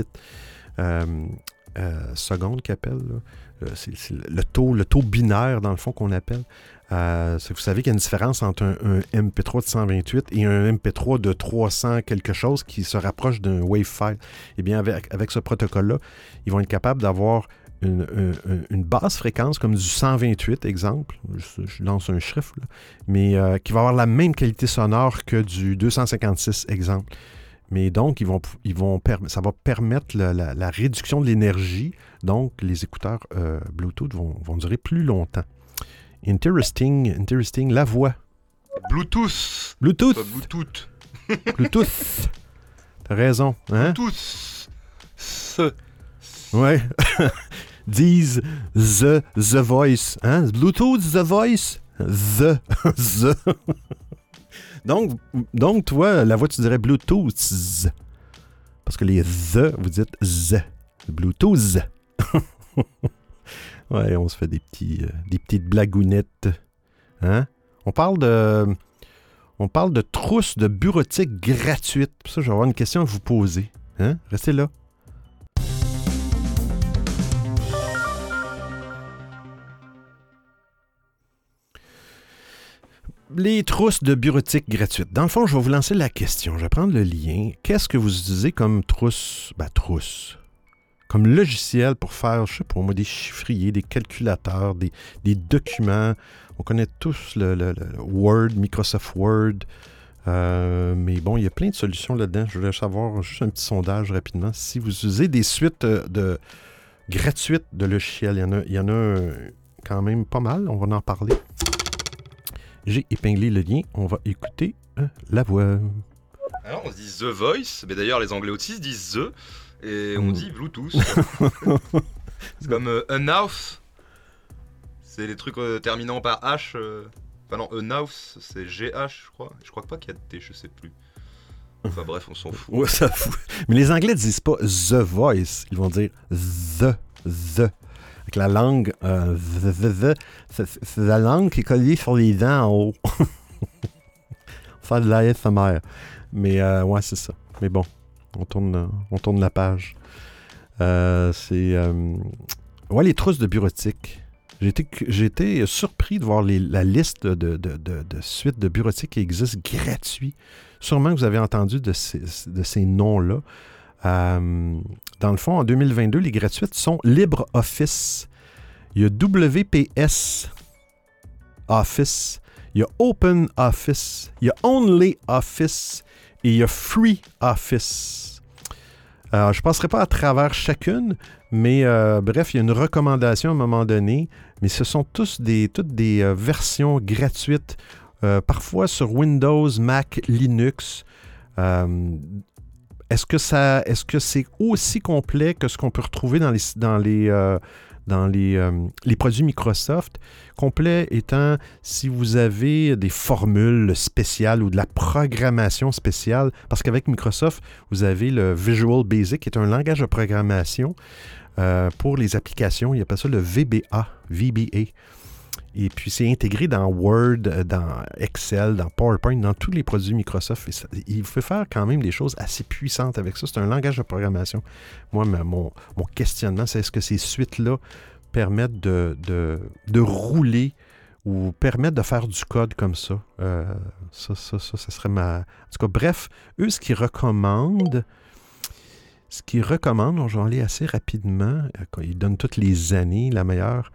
seconde qu'ils appellent, là. C'est le taux binaire, dans le fond, qu'on appelle. Vous savez qu'il y a une différence entre un MP3 de 128 et un MP3 de 300 quelque chose qui se rapproche d'un wave file. Eh bien, avec ce protocole-là, ils vont être capables d'avoir une basse fréquence comme du 128, exemple, je lance un chiffre, là, mais qui va avoir la même qualité sonore que du 256, exemple. Mais donc, ça va permettre la réduction de l'énergie. Donc, les écouteurs Bluetooth vont durer plus longtemps. Interesting, la voix. Bluetooth. Bluetooth. Pas Bluetooth. Bluetooth. T'as raison, hein? Bluetooth. Ouais. Disent the voice. Hein? Bluetooth, the voice. The. Donc, toi, la voix, tu dirais Bluetooth. Parce que les the, vous dites z. Bluetooth. Ouais, on se fait des petites blagounettes. Hein? On parle de trousses de bureautique gratuites. Pour ça, je vais avoir une question à vous poser. Hein? Restez là. Les trousses de bureautique gratuites. Dans le fond, je vais vous lancer la question. Je vais prendre le lien. Qu'est-ce que vous utilisez comme trousse? Trousse. Comme logiciel pour faire, je sais pas moi, des chiffriers, des calculateurs, des documents. On connaît tous le Word, Microsoft Word. Mais bon, il y a plein de solutions là-dedans. Je voulais savoir juste un petit sondage rapidement. Si vous utilisez des suites gratuites de logiciels, il y en a quand même pas mal. On va en parler. J'ai épinglé le lien. On va écouter la voix. Alors, on se dit The Voice. Mais d'ailleurs, les Anglais aussi se disent The. Et on dit Bluetooth. C'est comme Unhouse. C'est les trucs terminant par H. Enfin non, Unhouse, c'est GH, je crois. Je crois pas qu'il y a de T, je sais plus. Enfin bref, on s'en fout. Ouais, ça fout. Mais les Anglais disent pas The Voice. Ils vont dire The. Avec la langue, c'est la langue qui est collée sur les dents en haut. Faire de l'ASMR. Mais ouais, c'est ça. Mais bon, on tourne la page. Ouais, les trousses de bureautique. J'ai été surpris de voir la liste de suites de bureautique qui existent gratuits. Sûrement que vous avez entendu de ces noms-là. Dans le fond, en 2022, les gratuites sont LibreOffice. Il y a WPS Office. Il y a OpenOffice. Il y a OnlyOffice. Et il y a FreeOffice. Je ne passerai pas à travers chacune, mais bref, il y a une recommandation à un moment donné. Mais ce sont toutes des versions gratuites, parfois sur Windows, Mac, Linux. Est-ce que c'est aussi complet que ce qu'on peut retrouver dans les produits Microsoft? Complet étant si vous avez des formules spéciales ou de la programmation spéciale, parce qu'avec Microsoft, vous avez le Visual Basic, qui est un langage de programmation pour les applications. Il appelle ça le VBA. Et puis, c'est intégré dans Word, dans Excel, dans PowerPoint, dans tous les produits Microsoft. Et il faut faire quand même des choses assez puissantes avec ça. C'est un langage de programmation. Moi, mon questionnement, c'est est-ce que ces suites-là permettent de rouler ou permettent de faire du code comme ça? Ça serait ma... En tout cas, bref, eux, ce qu'ils recommandent, je vais aller assez rapidement. Ils donnent toutes les années, la meilleure...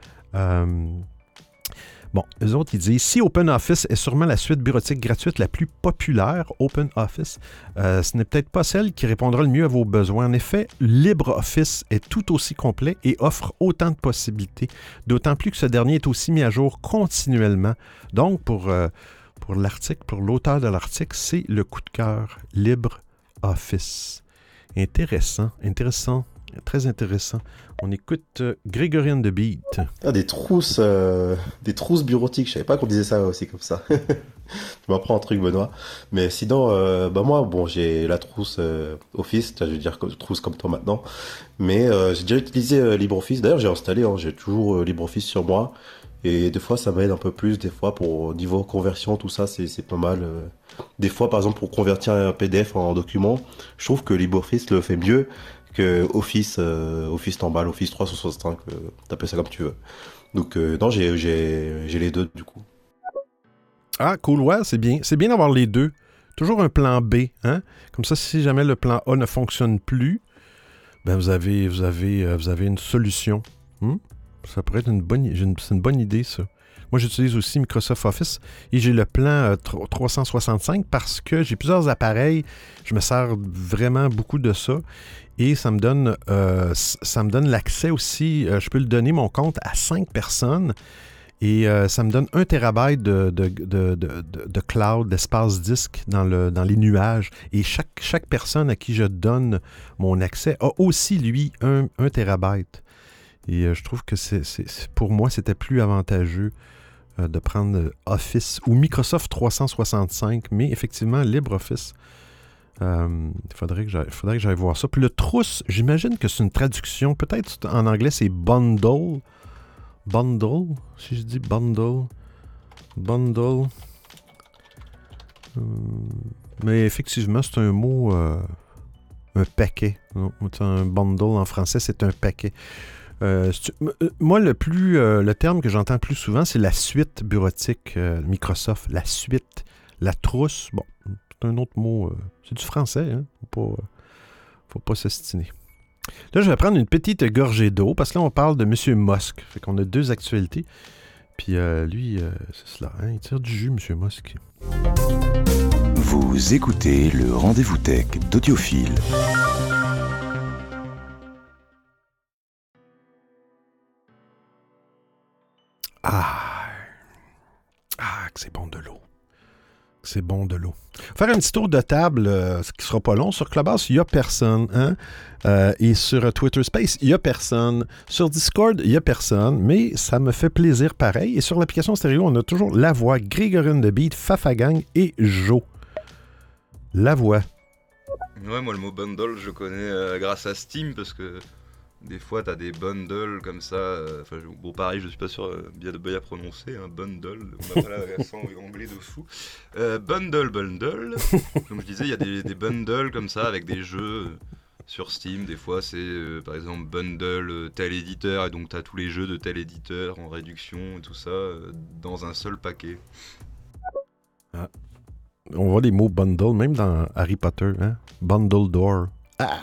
Bon, eux autres, ils disent, si OpenOffice est sûrement la suite bureautique gratuite la plus populaire, OpenOffice, ce n'est peut-être pas celle qui répondra le mieux à vos besoins. En effet, LibreOffice est tout aussi complet et offre autant de possibilités, d'autant plus que ce dernier est aussi mis à jour continuellement. Donc, pour l'article, pour l'auteur de l'article, c'est le coup de cœur LibreOffice. Intéressant, très intéressant. On écoute Gregorian the Beat. Ah, des trousses bureautiques. Je savais pas qu'on disait ça aussi comme ça. Tu m'apprends un truc, Benoît. Mais sinon, moi, bon, j'ai la trousse Office. Je veux dire trousse comme toi maintenant. Mais j'ai déjà utilisé LibreOffice. D'ailleurs, j'ai installé. J'ai toujours LibreOffice sur moi. Et des fois, ça m'aide un peu plus. Des fois, pour niveau conversion, tout ça, c'est pas mal. Des fois, par exemple, pour convertir un PDF en document, je trouve que LibreOffice le fait mieux que Office normal, Office 365, t'appelles ça comme tu veux. Donc non, j'ai les deux du coup. Ah, cool, ouais, c'est bien. C'est bien d'avoir les deux. Toujours un plan B, hein? Comme ça, si jamais le plan A ne fonctionne plus, ben vous avez une solution. Ça pourrait être c'est une bonne idée, ça. Moi, j'utilise aussi Microsoft Office et j'ai le plan 365 parce que j'ai plusieurs appareils. Je me sers vraiment beaucoup de ça et ça me donne l'accès aussi. Je peux le donner, mon compte, à 5 personnes et ça me donne 1 terabyte de cloud, d'espace disque dans les nuages. Et chaque personne à qui je donne mon accès a aussi, lui, 1 terabyte. Et je trouve que pour moi, c'était plus avantageux de prendre Office ou Microsoft 365, mais effectivement, LibreOffice. Il faudrait que j'aille voir ça. Puis le trousse, j'imagine que c'est une traduction. Peut-être en anglais, c'est bundle. Bundle, si je dis bundle. Bundle. Mais effectivement, c'est un mot, un paquet. Un bundle en français, c'est un paquet. Moi, le terme que j'entends plus souvent, c'est la suite bureautique Microsoft. La suite, la trousse. Bon, c'est un autre mot. C'est du français, hein? Faut pas s'ostiner. Là, je vais prendre une petite gorgée d'eau parce que là, on parle de M. Musk. Fait qu'on a 2 actualités. Puis lui, c'est cela. Hein? Il tire du jus, M. Musk. Vous écoutez le Rendez-vous Tech d'Audiophile. Que c'est bon de l'eau. C'est bon de l'eau. Faire un petit tour de table, ce qui sera pas long. Sur Clubhouse, il n'y a personne. Hein? Et sur Twitter Space, il n'y a personne. Sur Discord, il n'y a personne. Mais ça me fait plaisir pareil. Et sur l'application stéréo, on a toujours La Voix, Grégorine de Beat, Fafagang et Jo. La Voix. Ouais, moi, le mot bundle, je connais grâce à Steam parce que des fois, t'as des bundles comme ça. Bon, pareil, je suis pas sûr bien prononcer. Hein, bundle, on n'a pas l'accent anglais de fou. Bundle. Comme je disais, il y a des bundles comme ça avec des jeux sur Steam. Des fois, c'est par exemple bundle tel éditeur et donc t'as tous les jeux de tel éditeur en réduction et tout ça dans un seul paquet. Ah. On voit les mots bundle même dans Harry Potter. Hein? Bundle door. Ah!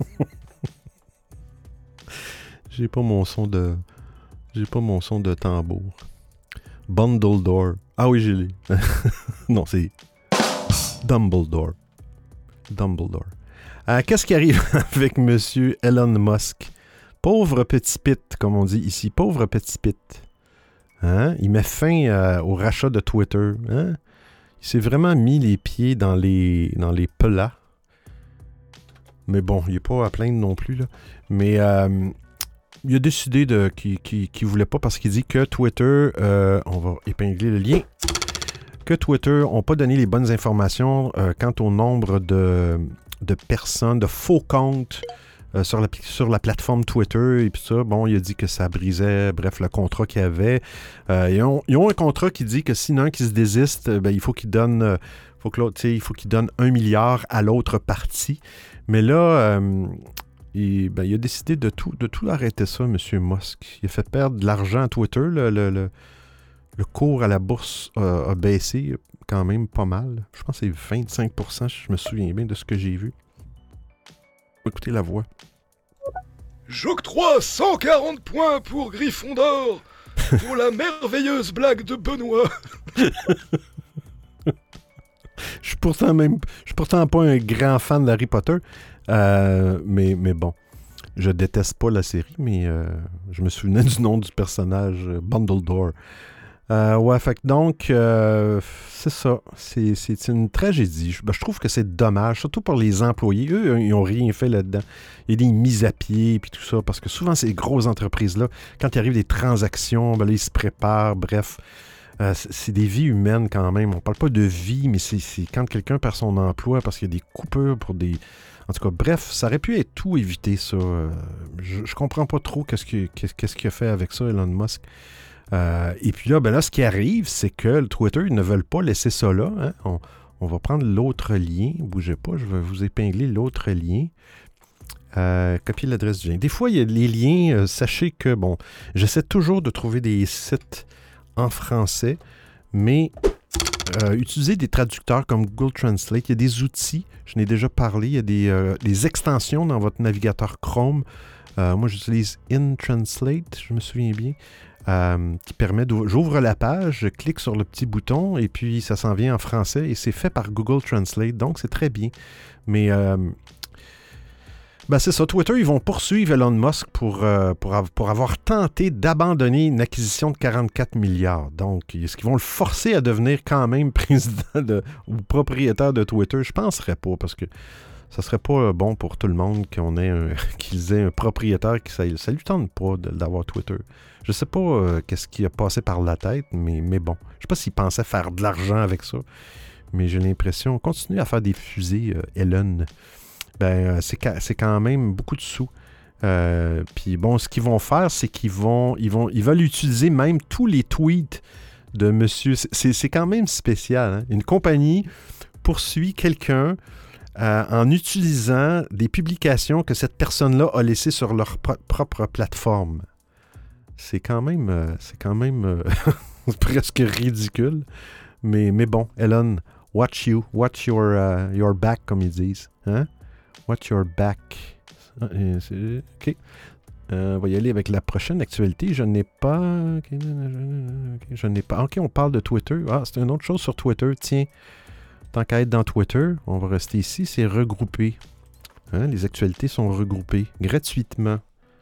J'ai pas mon son de tambour. Bundle door. Ah oui, j'ai l'ai. Non, c'est Dumbledore. Qu'est-ce qui arrive avec Monsieur Elon Musk? Pauvre petit pit, comme on dit ici. Pauvre petit pit. Hein? Il met fin au rachat de Twitter. Hein? Il s'est vraiment mis les pieds dans les plats. Mais bon, il n'est pas à plaindre non plus. Là. Mais il a décidé qu'il voulait pas parce qu'il dit que Twitter, on va épingler le lien, que Twitter n'a pas donné les bonnes informations quant au nombre de personnes, de faux comptes sur la plateforme Twitter et puis ça. Bon, il a dit que ça brisait, bref, le contrat qu'il y avait. Ils ont un contrat qui dit que s'il y en a un qui se désiste, il faut qu'il donne... il faut qu'il donne 1 milliard à l'autre partie. Mais là, il a décidé de tout arrêter ça, M. Musk. Il a fait perdre de l'argent à Twitter. Le cours à la bourse a baissé quand même pas mal. Je pense que c'est 25%, si je me souviens bien de ce que j'ai vu. Écoutez la voix. J'octroie 140 points pour Gryffondor pour la merveilleuse blague de Benoît. Je suis pourtant pas un grand fan d'Harry Potter, mais bon, je déteste pas la série, mais je me souvenais du nom du personnage, Dumbledore. Fait que donc, c'est ça. C'est une tragédie. Je trouve que c'est dommage, surtout pour les employés. Eux, ils n'ont rien fait là-dedans. Il y a des mises à pied et tout ça, parce que souvent, ces grosses entreprises-là, quand il arrive des transactions, là, ils se préparent, bref. C'est des vies humaines quand même. On parle pas de vie, mais c'est quand quelqu'un perd son emploi parce qu'il y a des coupures pour des... En tout cas, bref, ça aurait pu être tout évité, ça. Je comprends pas trop qu'est-ce qu'il a fait avec ça, Elon Musk. Et puis là, ce qui arrive, c'est que le Twitter, ils ne veulent pas laisser ça là. Hein? On va prendre l'autre lien. Bougez pas, je vais vous épingler l'autre lien. Copier l'adresse du lien. Des fois, il y a les liens. Sachez que, bon, j'essaie toujours de trouver des sites en français, mais utilisez des traducteurs comme Google Translate. Il y a des outils, je n'ai déjà parlé, il y a des extensions dans votre navigateur Chrome Moi, j'utilise InTranslate, je me souviens bien, qui permet j'ouvre la page, je clique sur le petit bouton et puis ça s'en vient en français et c'est fait par Google Translate, donc c'est très bien. Mais c'est ça, Twitter, ils vont poursuivre Elon Musk pour avoir tenté d'abandonner une acquisition de 44 milliards. Donc, est-ce qu'ils vont le forcer à devenir quand même président ou propriétaire de Twitter? Je ne penserais pas, parce que ça serait pas bon pour tout le monde qu'ils aient un propriétaire qui ça lui tente pas d'avoir Twitter. Je sais pas qu'est-ce qui a passé par la tête, mais bon. Je sais pas s'il pensait faire de l'argent avec ça, mais j'ai l'impression, continuer à faire des fusées, Elon, c'est quand même beaucoup de sous. Puis bon, ce qu'ils vont faire, c'est qu'ils veulent utiliser même tous les tweets de monsieur. C'est quand même spécial, hein? Une compagnie poursuit quelqu'un en utilisant des publications que cette personne-là a laissées sur leur propre plateforme. C'est quand même presque ridicule. Mais bon, Elon, watch your back, comme ils disent. Hein? Watch your back. OK. On va y aller avec la prochaine actualité. Je n'ai pas... OK, on parle de Twitter. Ah, c'est une autre chose sur Twitter. Tiens. Tant qu'à être dans Twitter, on va rester ici, c'est regroupé. Hein? Les actualités sont regroupées gratuitement.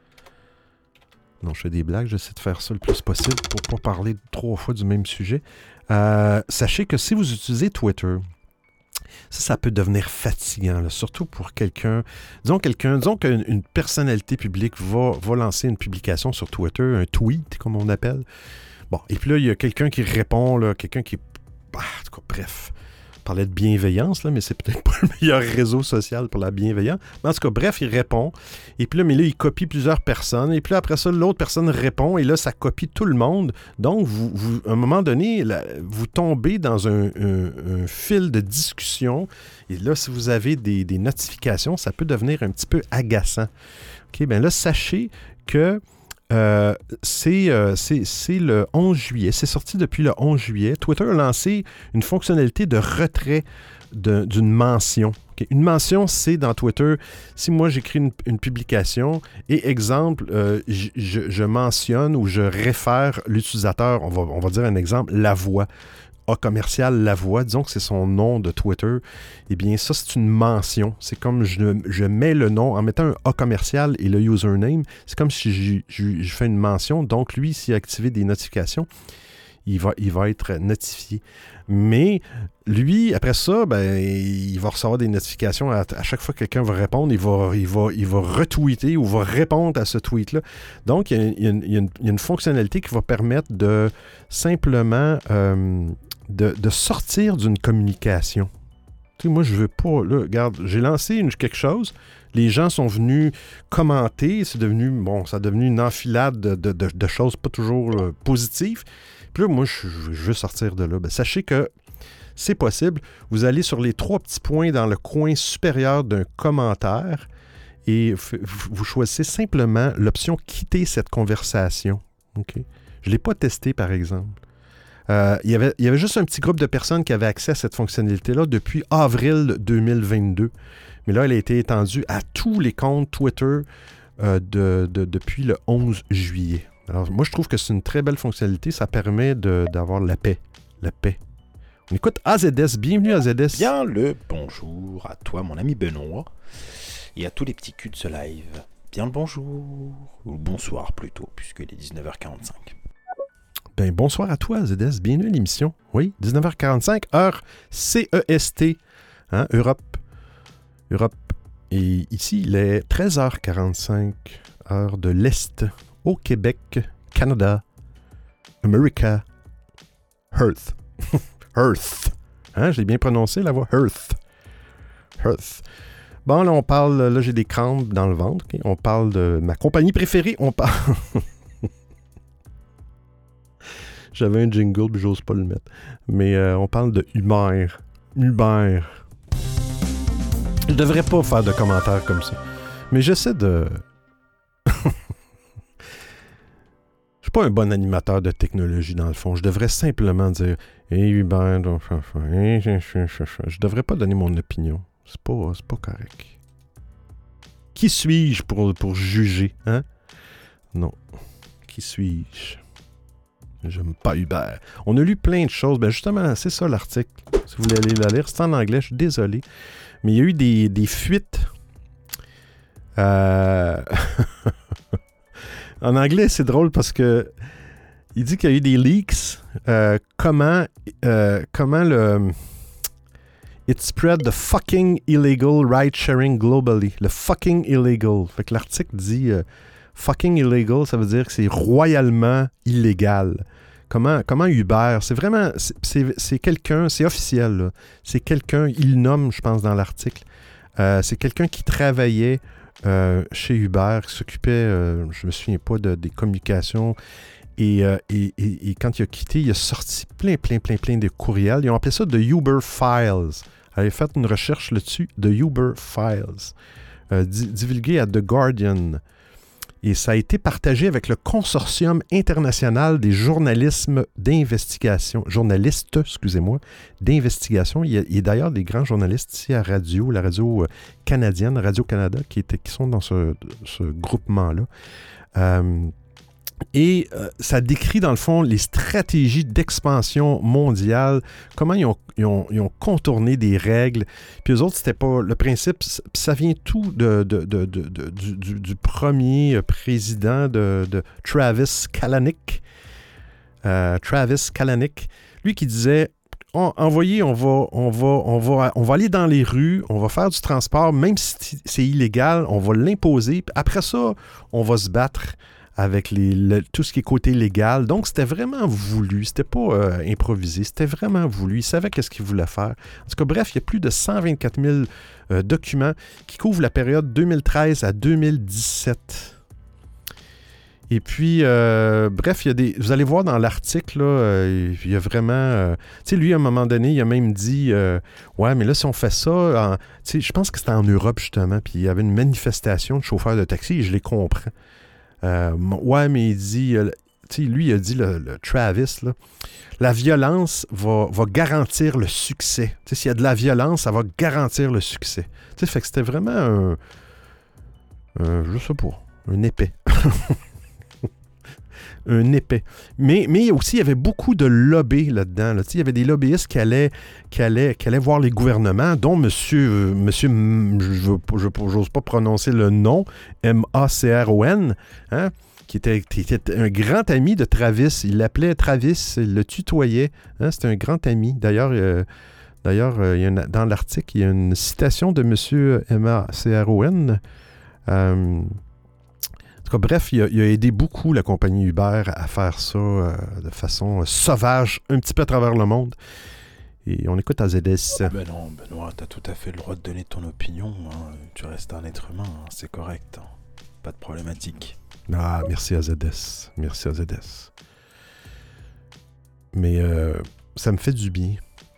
Non, je fais des blagues, j'essaie de faire ça le plus possible pour ne pas parler 3 fois du même sujet. Sachez que si vous utilisez Twitter, ça peut devenir fatigant, là, surtout pour quelqu'un. Disons qu'une personnalité publique va lancer une publication sur Twitter, un tweet, comme on appelle. Bon, et puis là, il y a quelqu'un qui répond, là, quelqu'un qui... en tout cas, bref... On parlait de bienveillance, là, mais c'est peut-être pas le meilleur réseau social pour la bienveillance. Mais en tout cas, bref, il répond. Et puis là, il copie plusieurs personnes. Et puis là, après ça, l'autre personne répond. Et là, ça copie tout le monde. Donc, à un moment donné, vous tombez dans un fil de discussion. Et là, si vous avez des notifications, ça peut devenir un petit peu agaçant. OK, bien là, sachez que c'est le 11 juillet. C'est sorti depuis le 11 juillet. Twitter a lancé une fonctionnalité de retrait d'une mention. Okay? Une mention, c'est dans Twitter, si moi j'écris une publication et exemple, je mentionne ou je réfère l'utilisateur, on va dire un exemple, La Voix. A commercial La Voix, disons que c'est son nom de Twitter, eh bien ça c'est une mention. C'est comme je mets le nom, en mettant un A commercial et le username, c'est comme si je fais une mention. Donc lui, s'il a activé des notifications, il va être notifié. Mais lui, après ça, il va recevoir des notifications à chaque fois que quelqu'un va répondre, il va retweeter ou va répondre à ce tweet-là. Donc, il y a une fonctionnalité qui va permettre de simplement de sortir d'une communication. Tu sais, moi, je veux pas... Là, regarde, j'ai lancé quelque chose, les gens sont venus commenter, ça a devenu une enfilade de choses pas toujours positives. Puis là, moi, je veux sortir de là. Sachez que c'est possible. Vous allez sur les 3 petits points dans le coin supérieur d'un commentaire et vous choisissez simplement l'option « Quitter cette conversation ». Okay? Je ne l'ai pas testé, par exemple. Il y avait juste un petit groupe de personnes qui avaient accès à cette fonctionnalité-là depuis avril 2022. Mais là, elle a été étendue à tous les comptes Twitter depuis le 11 juillet. Alors, moi, je trouve que c'est une très belle fonctionnalité. Ça permet d'avoir la paix. La paix. On écoute AZS. Bienvenue, AZS. Bien le bonjour à toi, mon ami Benoît, et à tous les petits culs de ce live. Bien le bonjour, ou bonsoir plutôt, puisqu'il est 19h45. Ben, bonsoir à toi, AZS. Bienvenue à l'émission. Oui, 19h45, heure CEST. Hein, Europe. Et ici, il est 13h45, heure de l'Est. Au Québec, Canada, America, Earth. Earth. Hein, je l'ai bien prononcé, la voix. Earth. Bon, là, on parle... Là, j'ai des crampes dans le ventre. Okay? On parle de ma compagnie préférée. On parle... J'avais un jingle, mais j'ose pas le mettre. Mais on parle de Uber. Uber. Je devrais pas faire de commentaires comme ça. Mais j'essaie de... Je suis pas un bon animateur de technologie, dans le fond. Je devrais simplement dire « Hey, Hubert, je devrais pas donner mon opinion. C'est pas correct. Qui suis-je pour juger, hein? Non. Qui suis-je? J'aime pas Uber. On a lu plein de choses. Ben justement, c'est ça l'article. Si vous voulez aller la lire, c'est en anglais, je suis désolé. Mais il y a eu des fuites. En anglais, c'est drôle parce que il dit qu'il y a eu des leaks. Comment le... It spread the fucking illegal ride-sharing globally. Le fucking illegal. Fait que l'article dit fucking illegal, ça veut dire que c'est royalement illégal. Comment Uber, c'est vraiment... C'est quelqu'un, c'est officiel, là. C'est quelqu'un, il le nomme, je pense, dans l'article. C'est quelqu'un qui travaillait chez Uber, qui s'occupait, je me souviens pas, des communications. Et quand il a quitté, il a sorti plein de courriels. Ils ont appelé ça The Uber Files. Allez, faites une recherche là-dessus, The Uber Files, divulgué à The Guardian. Et ça a été partagé avec le Consortium international des journalistes d'investigation. Il y a d'ailleurs des grands journalistes ici à la radio canadienne, Radio-Canada, qui sont dans ce groupement-là. Et ça décrit, dans le fond, les stratégies d'expansion mondiale, comment ils ont contourné des règles. Puis eux autres, c'était pas... Le principe, ça vient tout du premier président de Travis Kalanick. Lui qui disait... Envoyez, on va aller dans les rues, on va faire du transport, même si c'est illégal, on va l'imposer. Après ça, on va se battre avec tout ce qui est côté légal. Donc, c'était vraiment voulu. C'était pas improvisé. C'était vraiment voulu. Il savait qu'est-ce qu'il voulait faire. En tout cas, bref, il y a plus de 124 000 documents qui couvrent la période 2013 à 2017. Et puis, bref, vous allez voir dans l'article, là, il y a vraiment... tu sais, lui, à un moment donné, il a même dit ouais, mais là, si on fait ça... Tu sais, je pense que c'était en Europe, justement, puis il y avait une manifestation de chauffeurs de taxi, et je les comprends. Ouais, mais il dit, tu sais, lui, il a dit, le Travis, là, la violence va garantir le succès. Tu sais, s'il y a de la violence, ça va garantir le succès. Tu sais, fait que c'était vraiment je sais pas, un épais. Un épais. Mais aussi, il y avait beaucoup de lobby là-dedans. Là. Il y avait des lobbyistes qui allaient voir les gouvernements, dont monsieur j'ose pas prononcer le nom, Macron, hein, qui était un grand ami de Travis. Il l'appelait Travis, il le tutoyait. Hein, c'était un grand ami. D'ailleurs, dans l'article, il y a une citation de monsieur Macron. En tout cas, bref, il a aidé beaucoup la compagnie Uber à faire ça de façon sauvage, un petit peu à travers le monde. Et on écoute AZS. Ben non, Benoît, t'as tout à fait le droit de donner ton opinion. Hein. Tu restes un être humain, hein. C'est correct. Hein. Pas de problématique. Ah, merci AZS. Merci AZS. Mais ça me fait du bien.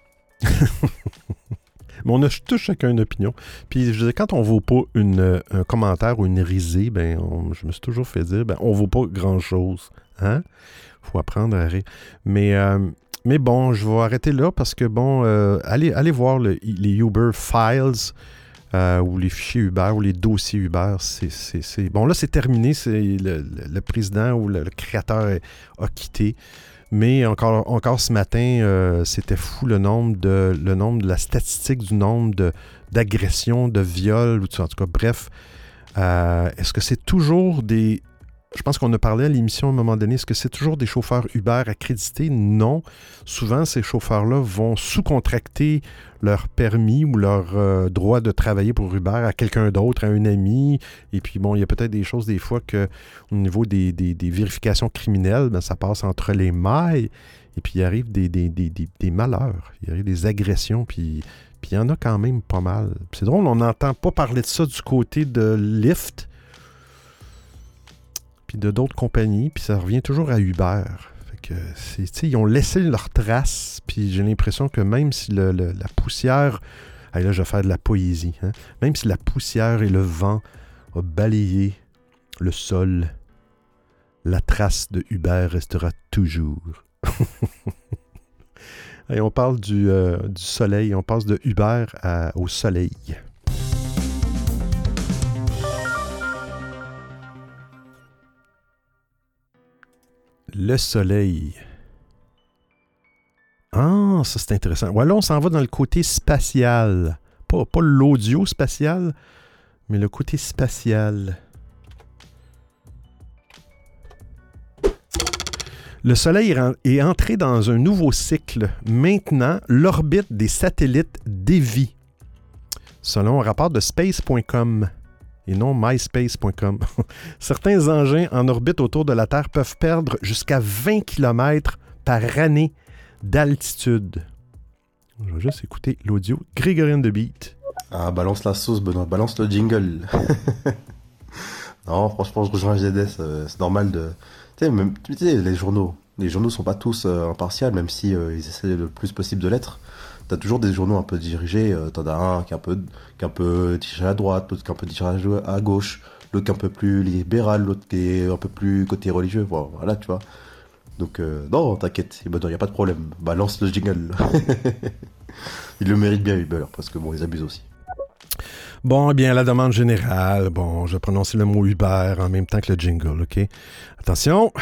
Mais on a tous chacun une opinion. Puis, je veux dire, quand on ne vaut pas un commentaire ou une risée, je me suis toujours fait dire, on ne vaut pas grand-chose. Hein? Faut apprendre à rire. Mais bon, je vais arrêter là parce que, allez voir les Uber Files ou les fichiers Uber ou les dossiers Uber. Bon, là, c'est terminé. C'est le président ou le créateur a quitté. Mais encore ce matin, c'était fou le nombre de la statistique du nombre d'agressions, de viols, en tout cas, bref. Est-ce que c'est toujours des... Je pense qu'on a parlé à l'émission à un moment donné. Est-ce que c'est toujours des chauffeurs Uber accrédités? Non. Souvent, ces chauffeurs-là vont sous-contracter leur permis ou leur droit de travailler pour Uber à quelqu'un d'autre, à un ami. Et puis, bon, il y a peut-être des choses des fois que au niveau des vérifications criminelles, ça passe entre les mailles. Et puis, il arrive des malheurs. Il arrive des agressions. Puis il y en a quand même pas mal. C'est drôle, on n'entend pas parler de ça du côté de Lyft. Puis de d'autres compagnies, puis ça revient toujours à Uber. Fait que ils ont laissé leur trace, puis j'ai l'impression que même si la poussière... là, je vais faire de la poésie. Hein? Même si la poussière et le vent ont balayé le sol, la trace de Uber restera toujours. Et on parle du soleil, on passe de Uber au soleil. Le soleil. Ah, ça c'est intéressant. Ouais, là, on s'en va dans le côté spatial. Pas l'audio spatial, mais le côté spatial. Le Soleil est entré dans un nouveau cycle. Maintenant, l'orbite des satellites dévie. Selon un rapport de space.com et non myspace.com. Certains engins en orbite autour de la Terre peuvent perdre jusqu'à 20 km par année d'altitude. Je vais juste écouter l'audio. Grégorien de Beat. Ah, balance la sauce, Benoît. Balance le jingle. Non, franchement, je rejoins GDS. C'est normal de... Tu sais, les journaux sont pas tous impartials, même si ils essaient le plus possible de l'être. T'as toujours des journaux un peu dirigés. T'en as un qui est un peu dirigé à droite, l'autre qui est un peu dirigé à gauche, l'autre qui est un peu plus libéral, l'autre qui est un peu plus côté religieux. Voilà, tu vois. Donc, non, t'inquiète, il n'y a pas de problème. Balance le jingle. Il le mérite bien, Uber, parce que bon, ils abusent aussi. Bon, eh bien, à la demande générale, bon, je vais prononcer le mot Uber en même temps que le jingle, OK? Attention.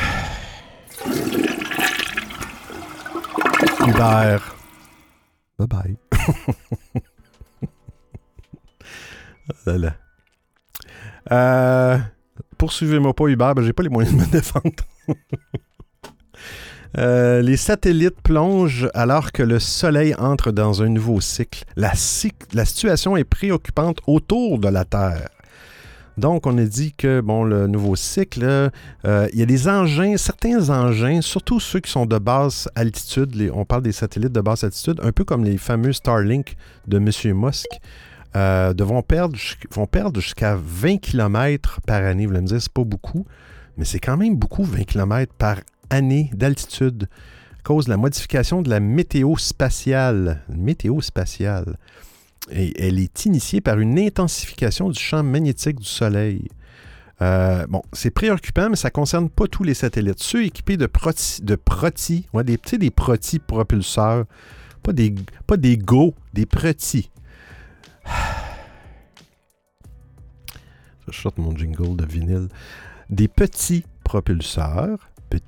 Uber. Bye-bye. Oh là là. Poursuivez-moi pas, Uber, ben, j'ai pas les moyens de me défendre. Les satellites plongent alors que le Soleil entre dans un nouveau cycle. La situation est préoccupante autour de la Terre. Donc, on a dit que, bon, le nouveau cycle, il y a des engins, certains engins, surtout ceux qui sont de basse altitude, on parle des satellites de basse altitude, un peu comme les fameux Starlink de M. Musk, vont perdre jusqu'à 20 km par année. Vous allez me dire, c'est pas beaucoup, mais c'est quand même beaucoup, 20 km par année d'altitude, à cause de la modification de la météo spatiale. Et elle est initiée par une intensification du champ magnétique du Soleil. Bon, c'est préoccupant, mais ça ne concerne pas tous les satellites. Ceux équipés de proti, ouais, des proti propulseurs, pas des Go, des proti. Je sorte mon jingle de vinyle. Des petits propulseurs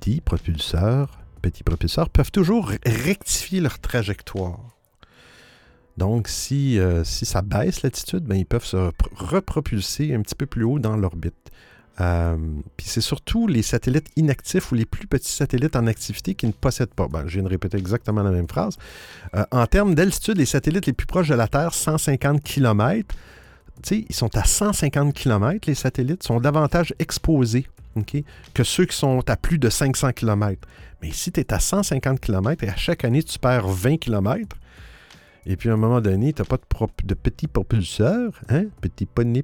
peuvent toujours rectifier leur trajectoire. Donc, si ça baisse l'altitude, ben, ils peuvent se repropulser un petit peu plus haut dans l'orbite. Puis c'est surtout les satellites inactifs ou les plus petits satellites en activité qui ne possèdent pas. Ben, je viens de répéter exactement la même phrase. En termes d'altitude, les satellites les plus proches de la Terre, 150 km, ils sont à 150 km, les satellites, sont davantage exposés, okay, que ceux qui sont à plus de 500 km. Mais si tu es à 150 km et à chaque année, tu perds 20 km, et puis à un moment donné, tu n'as pas de petits propulseurs, hein? Petit poney.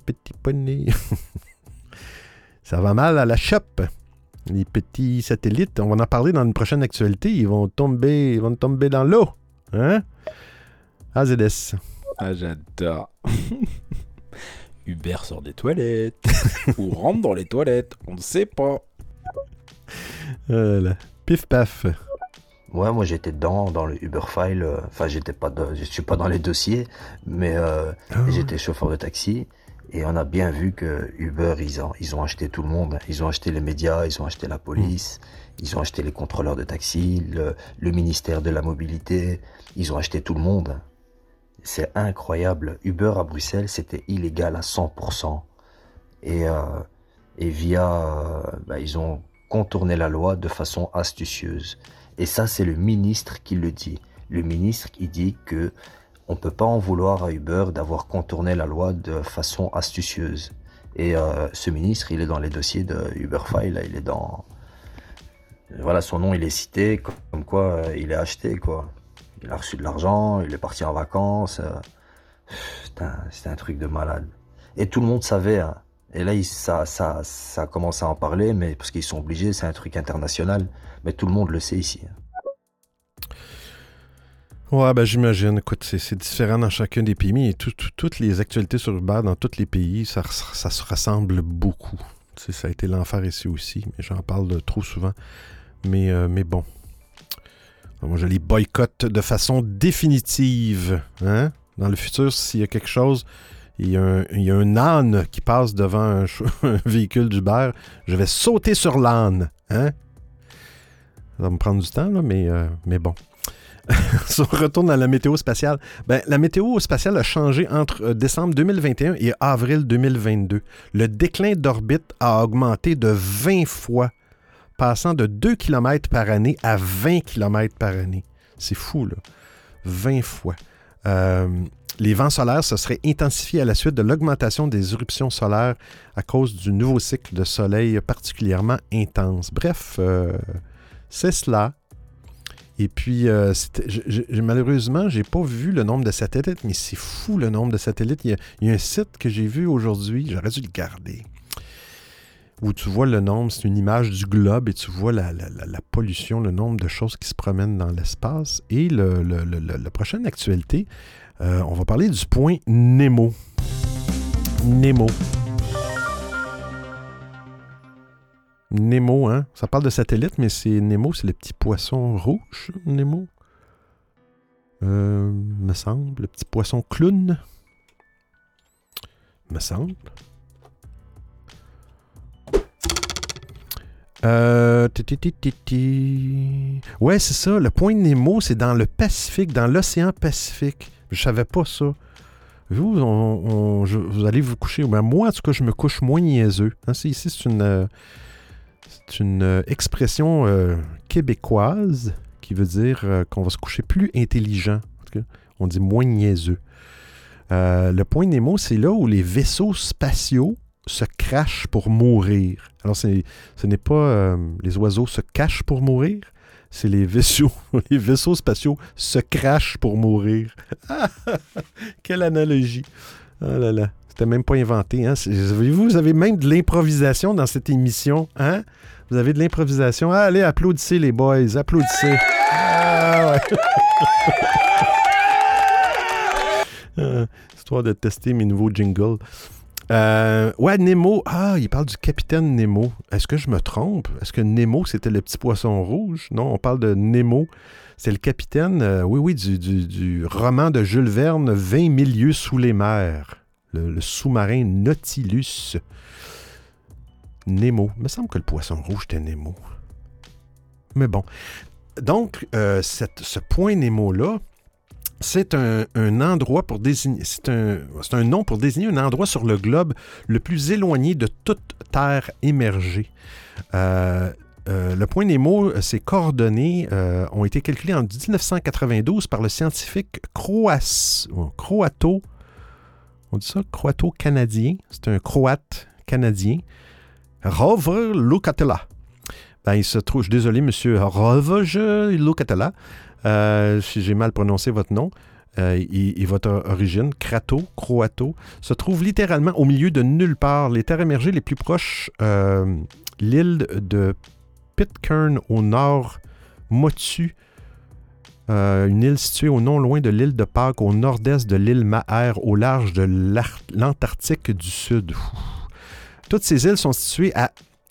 Ça va mal à la chope. Les petits satellites, on va en parler dans une prochaine actualité, ils vont tomber dans l'eau. Hein? AZS. Ah, j'adore. Hubert sort des toilettes. Ou rentre dans les toilettes. On ne sait pas. Voilà. Pif paf. Ouais, moi j'étais dans le Uber File. Enfin, je suis pas dans les dossiers, mais j'étais chauffeur de taxi. Et on a bien vu que Uber, ils ont acheté tout le monde. Ils ont acheté les médias, ils ont acheté la police, ils ont acheté les contrôleurs de taxi, le ministère de la mobilité. Ils ont acheté tout le monde. C'est incroyable. Uber à Bruxelles, c'était illégal à 100%. Et ils ont contourné la loi de façon astucieuse. Et ça, c'est le ministre qui le dit. Le ministre, il dit que on peut pas en vouloir à Uber d'avoir contourné la loi de façon astucieuse. Et ce ministre, il est dans les dossiers de Uberfile, là, il est dans... Voilà, son nom, il est cité, comme quoi il est acheté, quoi. Il a reçu de l'argent, il est parti en vacances. C'était un truc de malade. Et tout le monde savait, hein. Et là, ça a commencé à en parler, mais parce qu'ils sont obligés, c'est un truc international. Mais tout le monde le sait ici. Ouais, ben j'imagine. Écoute, c'est différent dans chacun des pays, mais toutes les actualités sur Uber dans tous les pays, ça se ressemble beaucoup. Tu sais, ça a été l'enfer ici aussi, mais j'en parle trop souvent. Mais bon. Moi, je les boycotte de façon définitive. Hein? Dans le futur, s'il y a quelque chose, il y a un âne qui passe devant un véhicule d'Uber, je vais sauter sur l'âne. Hein? Ça va me prendre du temps, là, mais bon. Si on retourne à la météo spatiale, la météo spatiale a changé entre décembre 2021 et avril 2022. Le déclin d'orbite a augmenté de 20 fois, passant de 2 km par année à 20 km par année. C'est fou, là. 20 fois. Les vents solaires se seraient intensifiés à la suite de l'augmentation des éruptions solaires à cause du nouveau cycle de soleil particulièrement intense. Bref, c'est cela. Et puis, malheureusement, je n'ai pas vu le nombre de satellites, mais c'est fou le nombre de satellites. Il y a un site que j'ai vu aujourd'hui, j'aurais dû le garder, où tu vois le nombre, c'est une image du globe et tu vois la pollution, le nombre de choses qui se promènent dans l'espace. Et la prochaine actualité, on va parler du point Nemo. Nemo, hein? Ça parle de satellite, mais c'est Nemo, c'est le petit poisson rouge, Nemo. Me semble. Le petit poisson clown. Me semble. Ouais, c'est ça. Le point Nemo, c'est dans le Pacifique, dans l'océan Pacifique. Je savais pas ça. Vous, vous allez vous coucher. Ben, moi, en tout cas, je me couche moins niaiseux. Hein, ici, c'est une expression québécoise qui veut dire qu'on va se coucher plus intelligent. En tout cas, on dit moins niaiseux. Le point Nemo, c'est là où les vaisseaux spatiaux se crachent pour mourir. Alors, ce n'est pas les oiseaux se cachent pour mourir, c'est les vaisseaux spatiaux se crachent pour mourir. Quelle analogie! Oh là là, c'était même pas inventé. Hein? Vous avez même de l'improvisation dans cette émission. Hein? Vous avez de l'improvisation. Ah, allez, applaudissez les boys, applaudissez. Ah, ouais. Histoire de tester mes nouveaux jingles. Ouais, Nemo. Ah, il parle du capitaine Nemo. Est-ce que je me trompe? Est-ce que Nemo, c'était le petit poisson rouge? Non, on parle de Nemo. C'est le capitaine, oui, du roman de Jules Verne, 20 000 lieues sous les mers. Le sous-marin Nautilus. Nemo. Il me semble que le poisson rouge était Nemo. Mais bon. Donc, ce point Nemo-là, c'est un endroit pour désigner. C'est un nom pour désigner un endroit sur le globe le plus éloigné de toute terre émergée. Le point Nemo, ses coordonnées ont été calculées en 1992 par le scientifique croato-canadien. C'est un croate canadien. Rovr Lukatela. Il se trouve, je suis désolé, monsieur Rovr Lukatela. Si j'ai mal prononcé votre nom et votre origine, croato, se trouve littéralement au milieu de nulle part. Les terres émergées les plus proches, l'île de Pitcairn au nord, Motu, une île située au non loin de l'île de Pâques, au nord-est de l'île Maher, au large de l'Antarctique du Sud. Toutes ces îles sont situées à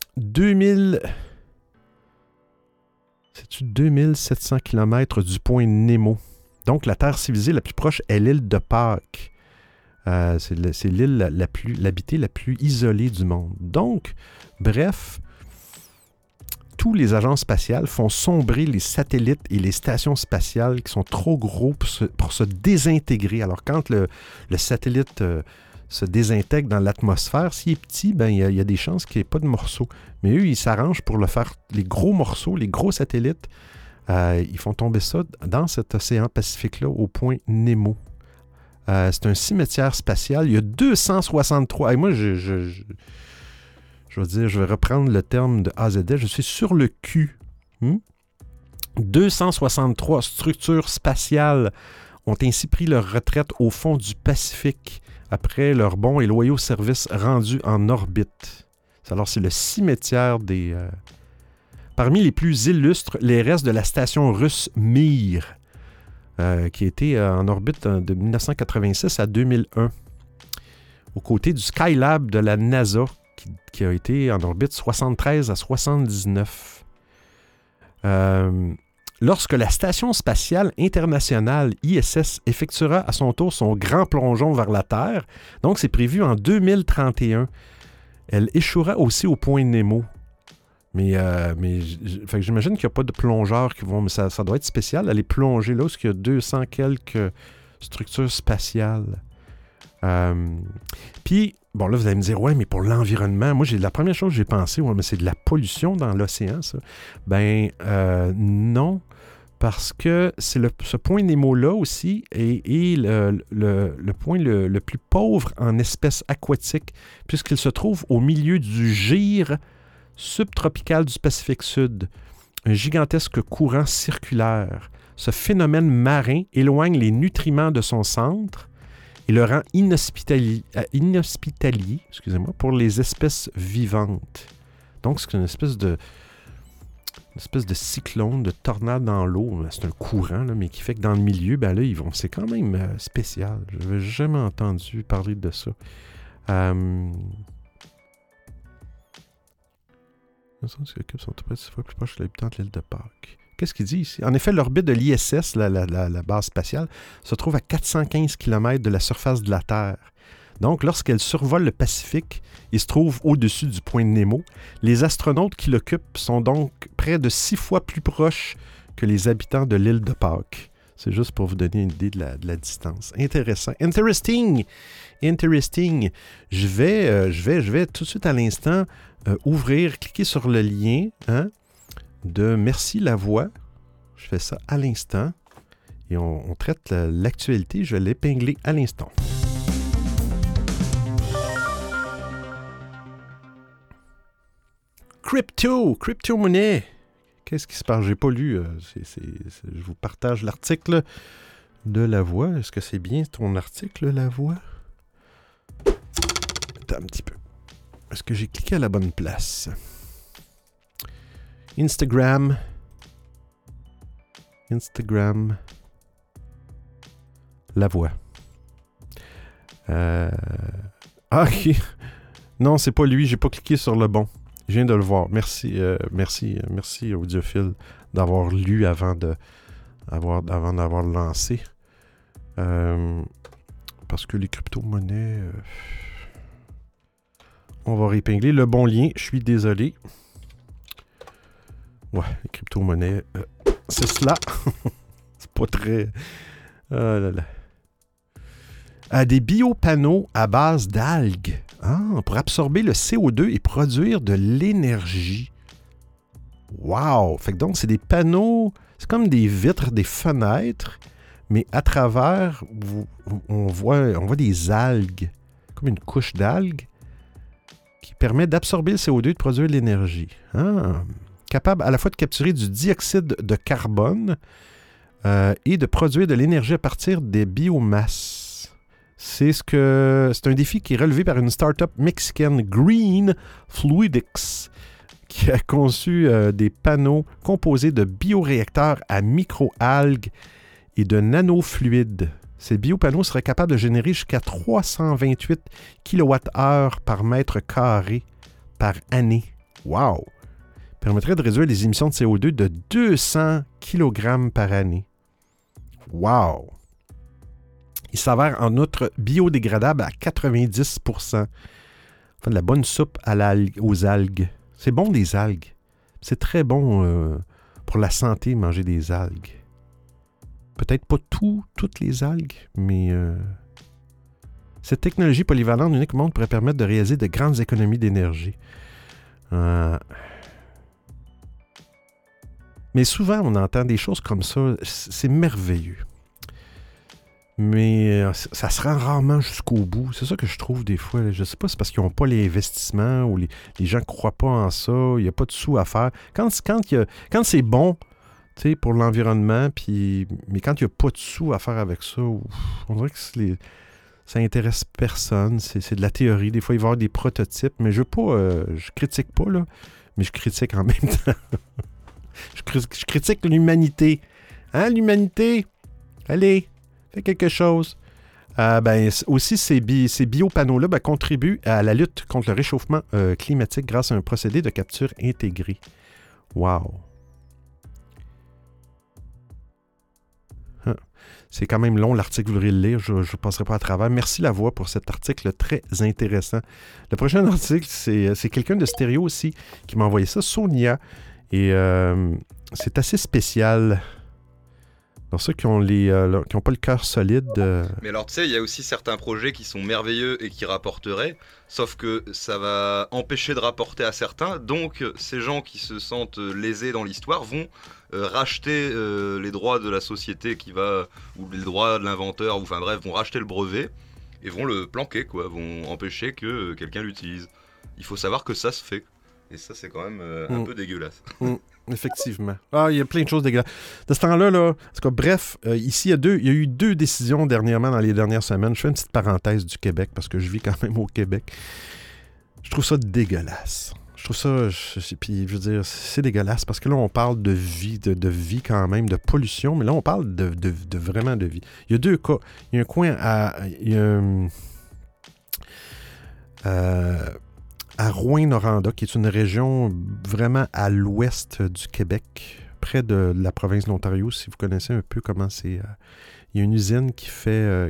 2700 km du point Nemo. Donc, la terre civilisée la plus proche est l'île de Pâques. C'est l'île l'habitée la plus isolée du monde. Donc, bref, tous les agences spatiales font sombrer les satellites et les stations spatiales qui sont trop gros pour se désintégrer. Alors, quand le satellite se désintègre dans l'atmosphère, s'il est petit, il y a des chances qu'il n'y ait pas de morceaux. Mais eux, ils s'arrangent pour le faire, les gros morceaux, les gros satellites, ils font tomber ça dans cet océan Pacifique-là, au point Nemo. C'est un cimetière spatial. Il y a 263... Et moi, je veux dire, je vais reprendre le terme de A à Z. Je suis sur le cul. 263 structures spatiales ont ainsi pris leur retraite au fond du Pacifique après leur bon et loyaux services rendus en orbite. Alors, c'est le cimetière des... Parmi les plus illustres, les restes de la station russe Mir, qui a été en orbite de 1986 à 2001, aux côtés du Skylab de la NASA, qui a été en orbite 73 à 79. Lorsque la Station spatiale internationale ISS effectuera à son tour son grand plongeon vers la Terre, donc c'est prévu en 2031, elle échouera aussi au point Nemo. Fait que j'imagine qu'il n'y a pas de plongeurs qui vont... Mais ça doit être spécial, aller plonger là, parce qu'il y a 200 quelques structures spatiales. Puis, bon, là, vous allez me dire, ouais, mais pour l'environnement, moi, la première chose que j'ai pensé, ouais, mais c'est de la pollution dans l'océan, ça. Non, parce que c'est ce point Nemo-là aussi est le point le plus pauvre en espèces aquatiques, puisqu'il se trouve au milieu du gire subtropical du Pacifique Sud, un gigantesque courant circulaire. Ce phénomène marin éloigne les nutriments de son centre et le rend inhospitalier pour les espèces vivantes. Donc, c'est une espèce de cyclone, de tornade dans l'eau. C'est un courant, là, mais qui fait que dans le milieu, ben là, c'est quand même spécial. Je n'avais jamais entendu parler de ça. Les occupe sont près de 6 fois plus proches de l'habitant de l'île de Pâques. Qu'est-ce qu'il dit ici? En effet, l'orbite de l'ISS, la base spatiale, se trouve à 415 km de la surface de la Terre. Donc, lorsqu'elle survole le Pacifique et se trouve au-dessus du point de Nemo, les astronautes qui l'occupent sont donc près de 6 fois plus proches que les habitants de l'île de Pâques. C'est juste pour vous donner une idée de la distance. Intéressant. Interesting! Je vais tout de suite à l'instant cliquer sur le lien de Merci la voix. Je fais ça à l'instant. Et on traite l'actualité. Je vais l'épingler à l'instant. Crypto-monnaie. Qu'est-ce qui se passe? J'ai pas lu. Je vous partage l'article de La Voix. Est-ce que c'est bien ton article, La Voix? Attends un petit peu. Est-ce que j'ai cliqué à la bonne place? Instagram. La Voix. OK. Non, c'est pas lui. J'ai pas cliqué sur le bon. Je viens de le voir. Merci Audiophile d'avoir lu avant d'avoir lancé. Parce que les crypto-monnaies... on va réépingler le bon lien. Je suis désolé. Ouais, les crypto-monnaies, c'est cela. C'est pas très... Ah là là. Des biopanneaux à base d'algues. Pour absorber le CO2 et produire de l'énergie. Wow! Fait que donc, c'est des panneaux... C'est comme des vitres, des fenêtres, mais à travers, on voit des algues. Comme une couche d'algues qui permet d'absorber le CO2 et de produire de l'énergie. Capable à la fois de capturer du dioxyde de carbone et de produire de l'énergie à partir des biomasses. C'est un défi qui est relevé par une start-up mexicaine, Green Fluidics, qui a conçu des panneaux composés de bioréacteurs à micro-algues et de nanofluides. Ces biopanneaux seraient capables de générer jusqu'à 328 kWh par mètre carré par année. Wow! Permettrait de réduire les émissions de CO2 de 200 kg par année. Wow! Il s'avère en outre biodégradable à 90%. Enfin, de la bonne soupe aux algues. C'est bon des algues. C'est très bon pour la santé manger des algues. Peut-être pas toutes les algues, mais cette technologie polyvalente unique au monde pourrait permettre de réaliser de grandes économies d'énergie. Mais souvent, on entend des choses comme ça. C'est merveilleux. Mais ça se rend rarement jusqu'au bout. C'est ça que je trouve des fois. Je ne sais pas, c'est parce qu'ils n'ont pas les investissements ou les gens ne croient pas en ça. Il n'y a pas de sous à faire. Quand c'est bon, tu sais, pour l'environnement, mais quand il n'y a pas de sous à faire avec ça, on dirait que ça n'intéresse personne. C'est de la théorie. Des fois, il va y avoir des prototypes, mais je critique pas, là, mais je critique en même temps. je critique l'humanité. Hein, l'humanité? Allez, fais quelque chose. Aussi, ces biopanneaux-là contribuent à la lutte contre le réchauffement climatique grâce à un procédé de capture intégré. Wow! C'est quand même long, l'article, vous devrez le lire, je ne passerai pas à travers. Merci La Voix pour cet article très intéressant. Le prochain article, c'est quelqu'un de Stéréo aussi qui m'a envoyé ça, Sonia. Et c'est assez spécial. Pour ceux qui ont pas le cœur solide. Mais alors, tu sais, il y a aussi certains projets qui sont merveilleux et qui rapporteraient, sauf que ça va empêcher de rapporter à certains. Donc, ces gens qui se sentent lésés dans l'histoire vont racheter les droits de la société ou les droits de l'inventeur, ou enfin bref, vont racheter le brevet et vont le planquer, quoi, vont empêcher que quelqu'un l'utilise. Il faut savoir que ça se fait. Et ça, c'est quand même un peu dégueulasse. Effectivement. Il y a plein de choses dégueulasses. De ce temps-là, bref, ici, il y a eu 2 décisions dernièrement dans les dernières semaines. Je fais une petite parenthèse du Québec parce que je vis quand même au Québec. Je trouve ça dégueulasse. Je trouve ça... Puis, je veux dire, c'est dégueulasse parce que là, on parle de vie, de vie quand même, de pollution, mais là, on parle de vraiment de vie. Il y a 2 cas. Il y a un coin à Rouyn-Noranda, qui est une région vraiment à l'ouest du Québec, près de la province de l'Ontario, si vous connaissez un peu comment c'est. Il y a une usine qui fait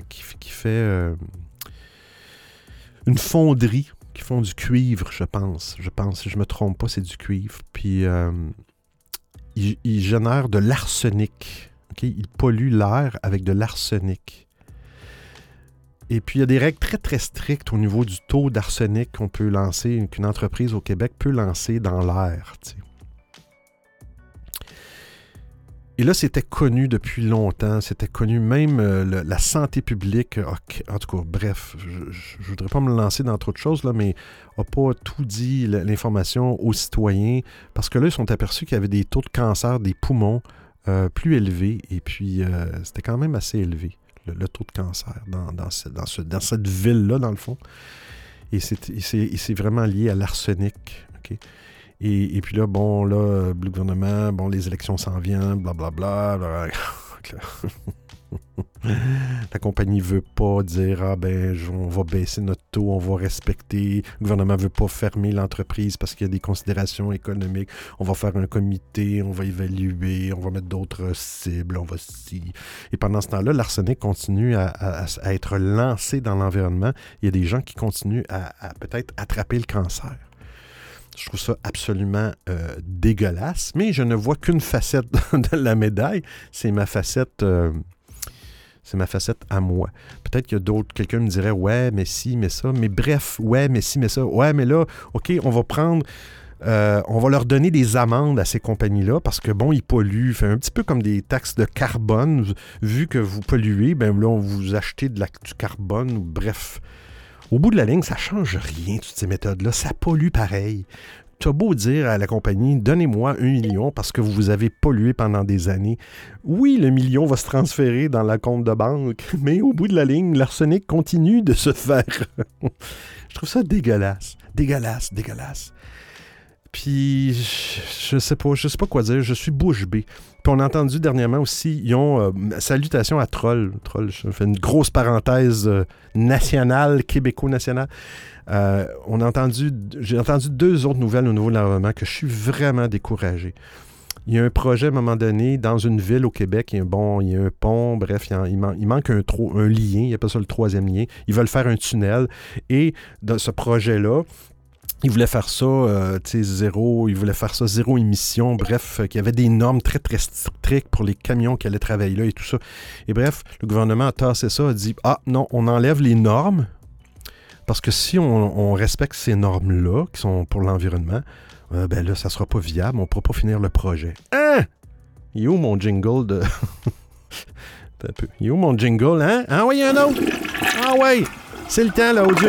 une fonderie, qui font du cuivre, je pense, si je me trompe pas, c'est du cuivre. Puis ils génèrent de l'arsenic. Okay? Ils polluent l'air avec de l'arsenic. Et puis, il y a des règles très, très strictes au niveau du taux d'arsenic qu'une entreprise au Québec peut lancer dans l'air. T'sais. Et là, c'était connu depuis longtemps. C'était connu même la santé publique. En tout cas, bref, je ne voudrais pas me lancer dans trop de choses, là, mais n'a pas tout dit l'information aux citoyens. Parce que là, ils sont aperçus qu'il y avait des taux de cancer des poumons plus élevés. Et puis, c'était quand même assez élevé. Le taux de cancer dans cette ville-là, dans le fond. Et c'est vraiment lié à l'arsenic. Okay? Et puis là, le gouvernement, les élections s'en viennent, blablabla. La compagnie ne veut pas dire on va baisser notre taux, on va respecter. Le gouvernement ne veut pas fermer l'entreprise parce qu'il y a des considérations économiques. On va faire un comité, on va évaluer, on va mettre d'autres cibles, Et pendant ce temps-là, l'arsenic continue à être lancé dans l'environnement. Il y a des gens qui continuent à peut-être attraper le cancer. Je trouve ça absolument dégueulasse, mais je ne vois qu'une facette de la médaille. C'est ma facette à moi. Peut-être qu'il y a d'autres, quelqu'un me dirait « Ouais, mais si, mais ça. » Mais bref, « Ouais, mais si, mais ça. » Ouais, mais là, OK, on va leur donner des amendes à ces compagnies-là parce que, ils polluent. Fait un petit peu comme des taxes de carbone. Vu que vous polluez, là, on vous achetez du carbone. Bref. Au bout de la ligne, ça ne change rien, toutes ces méthodes-là. Ça pollue pareil. Tu as beau dire à la compagnie, donnez-moi 1 million parce que vous avez pollué pendant des années. Oui, le million va se transférer dans la compte de banque, mais au bout de la ligne, l'arsenic continue de se faire. Je trouve ça dégueulasse. Dégueulasse. Puis, je sais pas quoi dire. Je suis bouche bée. Puis on a entendu dernièrement aussi, ils ont salutations à Troll. Troll, je fais une grosse parenthèse nationale, québéco-nationale. J'ai entendu 2 autres nouvelles au niveau de l'environnement que je suis vraiment découragé. Il y a un projet à un moment donné dans une ville au Québec, il y a un pont, bref, il manque un lien, il n'y a pas ça le 3e lien. Ils veulent faire un tunnel et dans ce projet-là, ils voulaient faire ça, zéro émission, bref, qu'il y avait des normes très, très strictes pour les camions qui allaient travailler là et tout ça. Et bref, le gouvernement a tassé ça, a dit « Ah non, on enlève les normes, parce que si on respecte ces normes-là, qui sont pour l'environnement, là, ça sera pas viable, on ne pourra pas finir le projet. » Hein? Il est où mon jingle de... Attends un peu. Il est où mon jingle, hein? Ah oui, il y en a un autre! Ah ouais! C'est le temps, là, audio.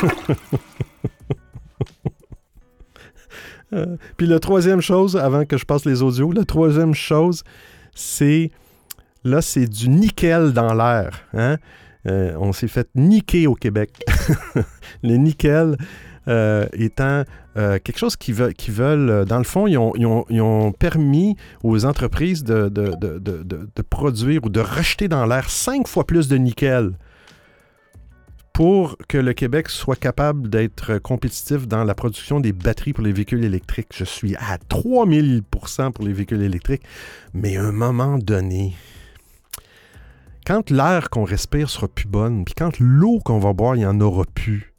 Puis la 3e chose, avant que je passe les audios, la 3e chose, c'est du nickel dans l'air. Hein? On s'est fait niquer au Québec. Le nickel étant quelque chose qu'ils veulent... Dans le fond, ils ont permis aux entreprises de produire ou de rejeter dans l'air 5 fois plus de nickel pour que le Québec soit capable d'être compétitif dans la production des batteries pour les véhicules électriques. Je suis à 3000% pour les véhicules électriques, mais à un moment donné, quand l'air qu'on respire sera plus bonne, puis quand l'eau qu'on va boire, il n'y en aura plus.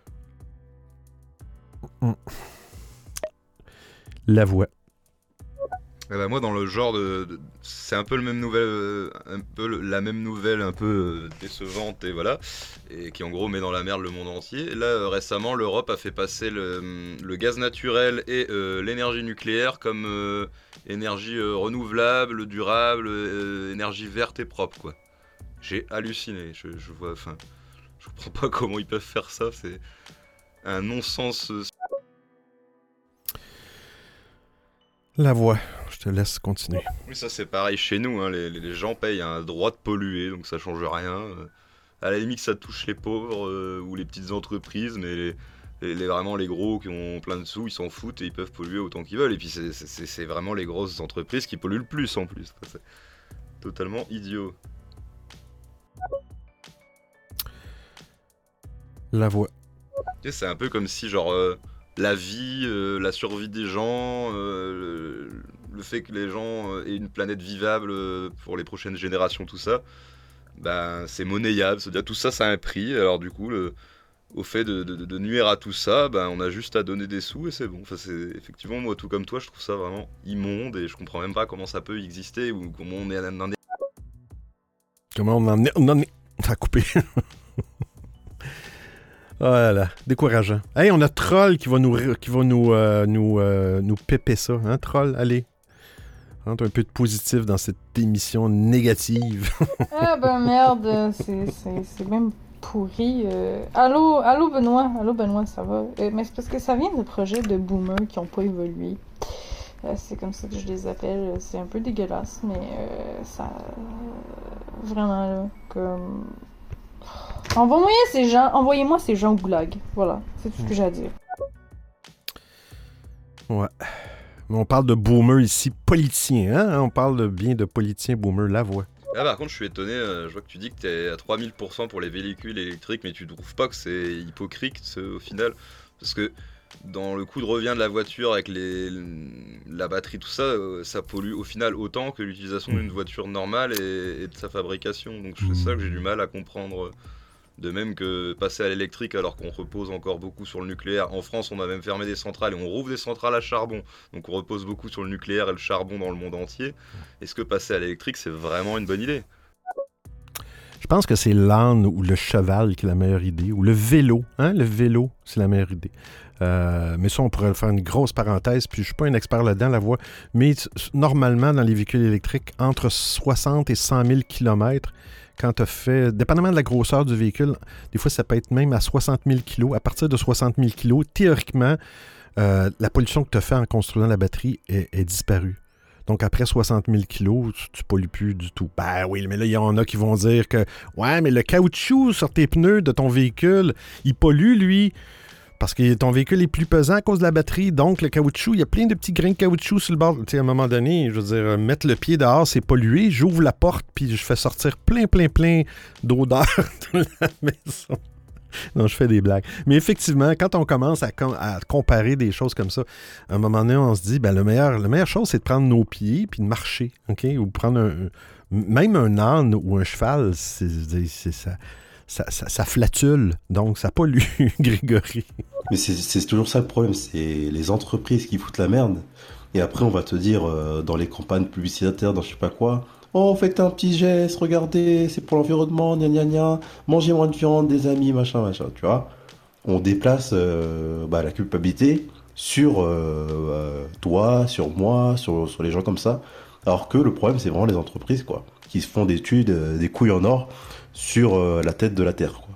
La voix. Eh ben moi dans le genre c'est un peu le même nouvelle la même nouvelle un peu décevante et voilà et qui en gros met dans la merde le monde entier. Là récemment l'Europe a fait passer le gaz naturel et l'énergie nucléaire comme énergie renouvelable, durable, énergie verte et propre quoi. J'ai halluciné, je vois enfin je comprends pas comment ils peuvent faire ça, c'est un non-sens. La voix. Je te laisse continuer. Oui, ça c'est pareil chez nous, hein. Les gens payent un droit de polluer, donc ça change rien. À la limite, ça touche les pauvres ou les petites entreprises, mais vraiment les gros qui ont plein de sous, ils s'en foutent et ils peuvent polluer autant qu'ils veulent. Et puis c'est vraiment les grosses entreprises qui polluent le plus en plus. C'est totalement idiot. La voix. Tu sais, c'est un peu comme si genre la vie, la survie des gens, le fait que les gens aient une planète vivable pour les prochaines générations, tout ça, ben c'est monnayable. C'est-à-dire tout ça, ça a un prix. Alors du coup, au fait de nuire à tout ça, ben on a juste à donner des sous et c'est bon. Enfin, c'est effectivement moi, tout comme toi, je trouve ça vraiment immonde et je comprends même pas comment ça peut exister ou comment on est en est. Comment on en est. Ça a coupé. Oh là là, décourageant. Hey, on a Troll qui va nous péper ça. Hein, Troll, allez. Rentre un peu de positif dans cette émission négative. Ah ben merde, c'est même pourri. Allô Benoît, ça va? Mais c'est parce que ça vient de projets de boomers qui n'ont pas évolué. C'est comme ça que je les appelle. C'est un peu dégueulasse, mais ça... vraiment là, comme... Envoyez-moi ces gens au goulag. Voilà, c'est tout ce que j'ai à dire. Ouais. Mais on parle de boomers ici, politiciens, hein? On parle bien de politiciens boomers, la voix. Là, par contre, je suis étonné, je vois que tu dis que t'es à 3000% pour les véhicules électriques, mais tu trouves pas que c'est hypocrite au final? Parce que dans le coût de revient de la voiture avec la batterie, tout ça, ça pollue au final autant que l'utilisation d'une voiture normale et de sa fabrication. Donc c'est ça que j'ai du mal à comprendre. De même que passer à l'électrique alors qu'on repose encore beaucoup sur le nucléaire. En France, on a même fermé des centrales et on rouvre des centrales à charbon. Donc on repose beaucoup sur le nucléaire et le charbon dans le monde entier. Est-ce que passer à l'électrique, c'est vraiment une bonne idée? Je pense que c'est l'âne ou le cheval qui est la meilleure idée. Ou le vélo. Hein? Le vélo, c'est la meilleure idée. Mais ça, on pourrait faire une grosse parenthèse, puis je ne suis pas un expert là-dedans, la voix. Mais normalement, dans les véhicules électriques, entre 60 et 100 000 km, quand tu as fait, dépendamment de la grosseur du véhicule, des fois ça peut être même à 60 000 kg. À partir de 60 000 kg, théoriquement, la pollution que tu as fait en construisant la batterie est disparue. Donc après 60 000 kg, tu pollues plus du tout. Ben oui, mais là, il y en a qui vont dire que ouais, mais le caoutchouc sur tes pneus de ton véhicule, il pollue, lui. Parce que ton véhicule est plus pesant à cause de la batterie, donc le caoutchouc, il y a plein de petits grains de caoutchouc sur le bord. Tu sais, à un moment donné, je veux dire, mettre le pied dehors, c'est pollué. J'ouvre la porte, puis je fais sortir plein d'odeurs de la maison. Non, je fais des blagues. Mais effectivement, quand on commence à comparer des choses comme ça, à un moment donné, on se dit, ben la meilleure chose, c'est de prendre nos pieds puis de marcher, OK? Ou prendre même un âne ou un cheval, c'est ça. Ça flatule, donc ça pollue, Grégory. Mais c'est toujours ça le problème, c'est les entreprises qui foutent la merde. Et après, on va te dire dans les campagnes publicitaires, dans je sais pas quoi, oh, faites un petit geste, regardez, c'est pour l'environnement, gna gna gna, mangez moins de viande, des amis, machin, tu vois. On déplace la culpabilité sur toi, sur moi, sur les gens comme ça. Alors que le problème, c'est vraiment les entreprises, quoi, qui se font des couilles en or sur la tête de la Terre, quoi.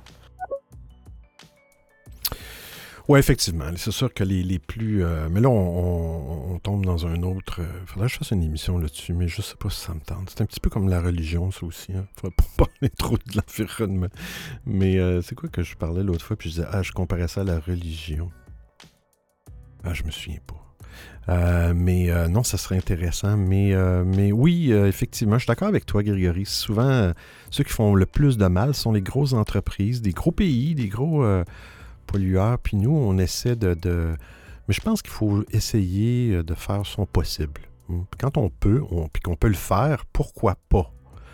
Oui, effectivement. C'est sûr que les plus... mais là, on tombe dans un autre... faudrait que je fasse une émission là-dessus, mais je sais pas si ça me tente. C'est un petit peu comme la religion, ça aussi. Hein. Faudrait pas parler trop de l'environnement. Mais c'est quoi que je parlais l'autre fois, puis je disais, je comparais ça à la religion. Je me souviens pas. Mais non, ça serait intéressant. Mais oui, effectivement, je suis d'accord avec toi, Grégory. Souvent, ceux qui font le plus de mal sont les grosses entreprises, des gros pays, des gros pollueurs. Puis nous, on essaie de... Mais je pense qu'il faut essayer de faire son possible. Puis quand on peut, puis qu'on peut le faire, pourquoi pas?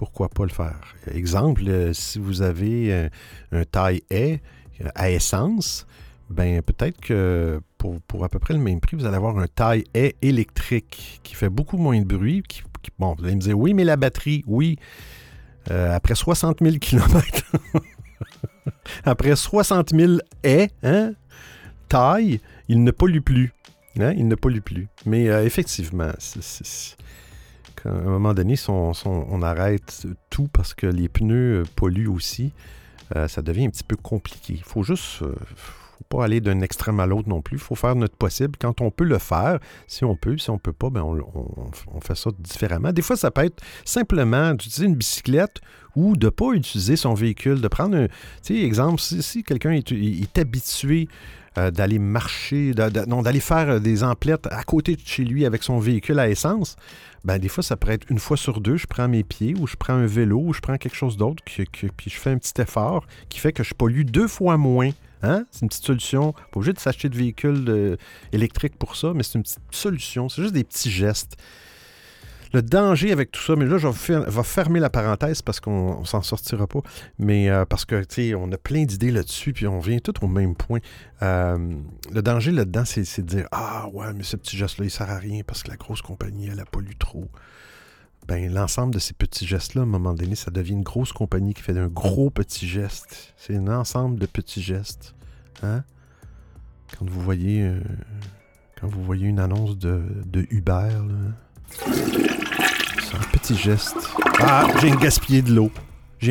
Pourquoi pas le faire? Exemple, si vous avez un taille haie à essence, ben peut-être que pour à peu près le même prix, vous allez avoir un taille haie électrique qui fait beaucoup moins de bruit. Bon, vous allez me dire, oui, mais la batterie, oui. Après 60 000 km, après 60 000 haies, hein, taille, il ne pollue plus. Hein, il ne pollue plus. Mais effectivement, à un moment donné, si on arrête tout parce que les pneus polluent aussi, ça devient un petit peu compliqué. Il faut juste... faut pas aller d'un extrême à l'autre non plus. Il faut faire notre possible. Quand on peut le faire, si on peut pas, ben on fait ça différemment. Des fois, ça peut être simplement d'utiliser une bicyclette ou de ne pas utiliser son véhicule, de prendre un... Tu sais, exemple, si quelqu'un est habitué d'aller marcher, d'aller faire des emplettes à côté de chez lui avec son véhicule à essence, ben des fois, ça pourrait être une fois sur deux, je prends mes pieds ou je prends un vélo ou je prends quelque chose d'autre, puis je fais un petit effort qui fait que je pollue 2 fois moins. Hein? C'est une petite solution. Pas obligé de s'acheter de véhicule électrique pour ça, mais c'est une petite solution. C'est juste des petits gestes. Le danger avec tout ça, mais là, je vais fermer la parenthèse parce qu'on s'en sortira pas. Mais parce que, tu sais, on a plein d'idées là-dessus, puis on vient tout au même point. Le danger là-dedans, c'est de dire « Ah, ouais, mais ce petit geste-là, il sert à rien parce que la grosse compagnie, elle pollue trop. » Ben, l'ensemble de ces petits gestes-là, à un moment donné, ça devient une grosse compagnie qui fait un gros petit geste. C'est un ensemble de petits gestes. Hein? Quand vous voyez une annonce de Uber, là, c'est un petit geste. Ah, j'ai une gaspillé de l'eau.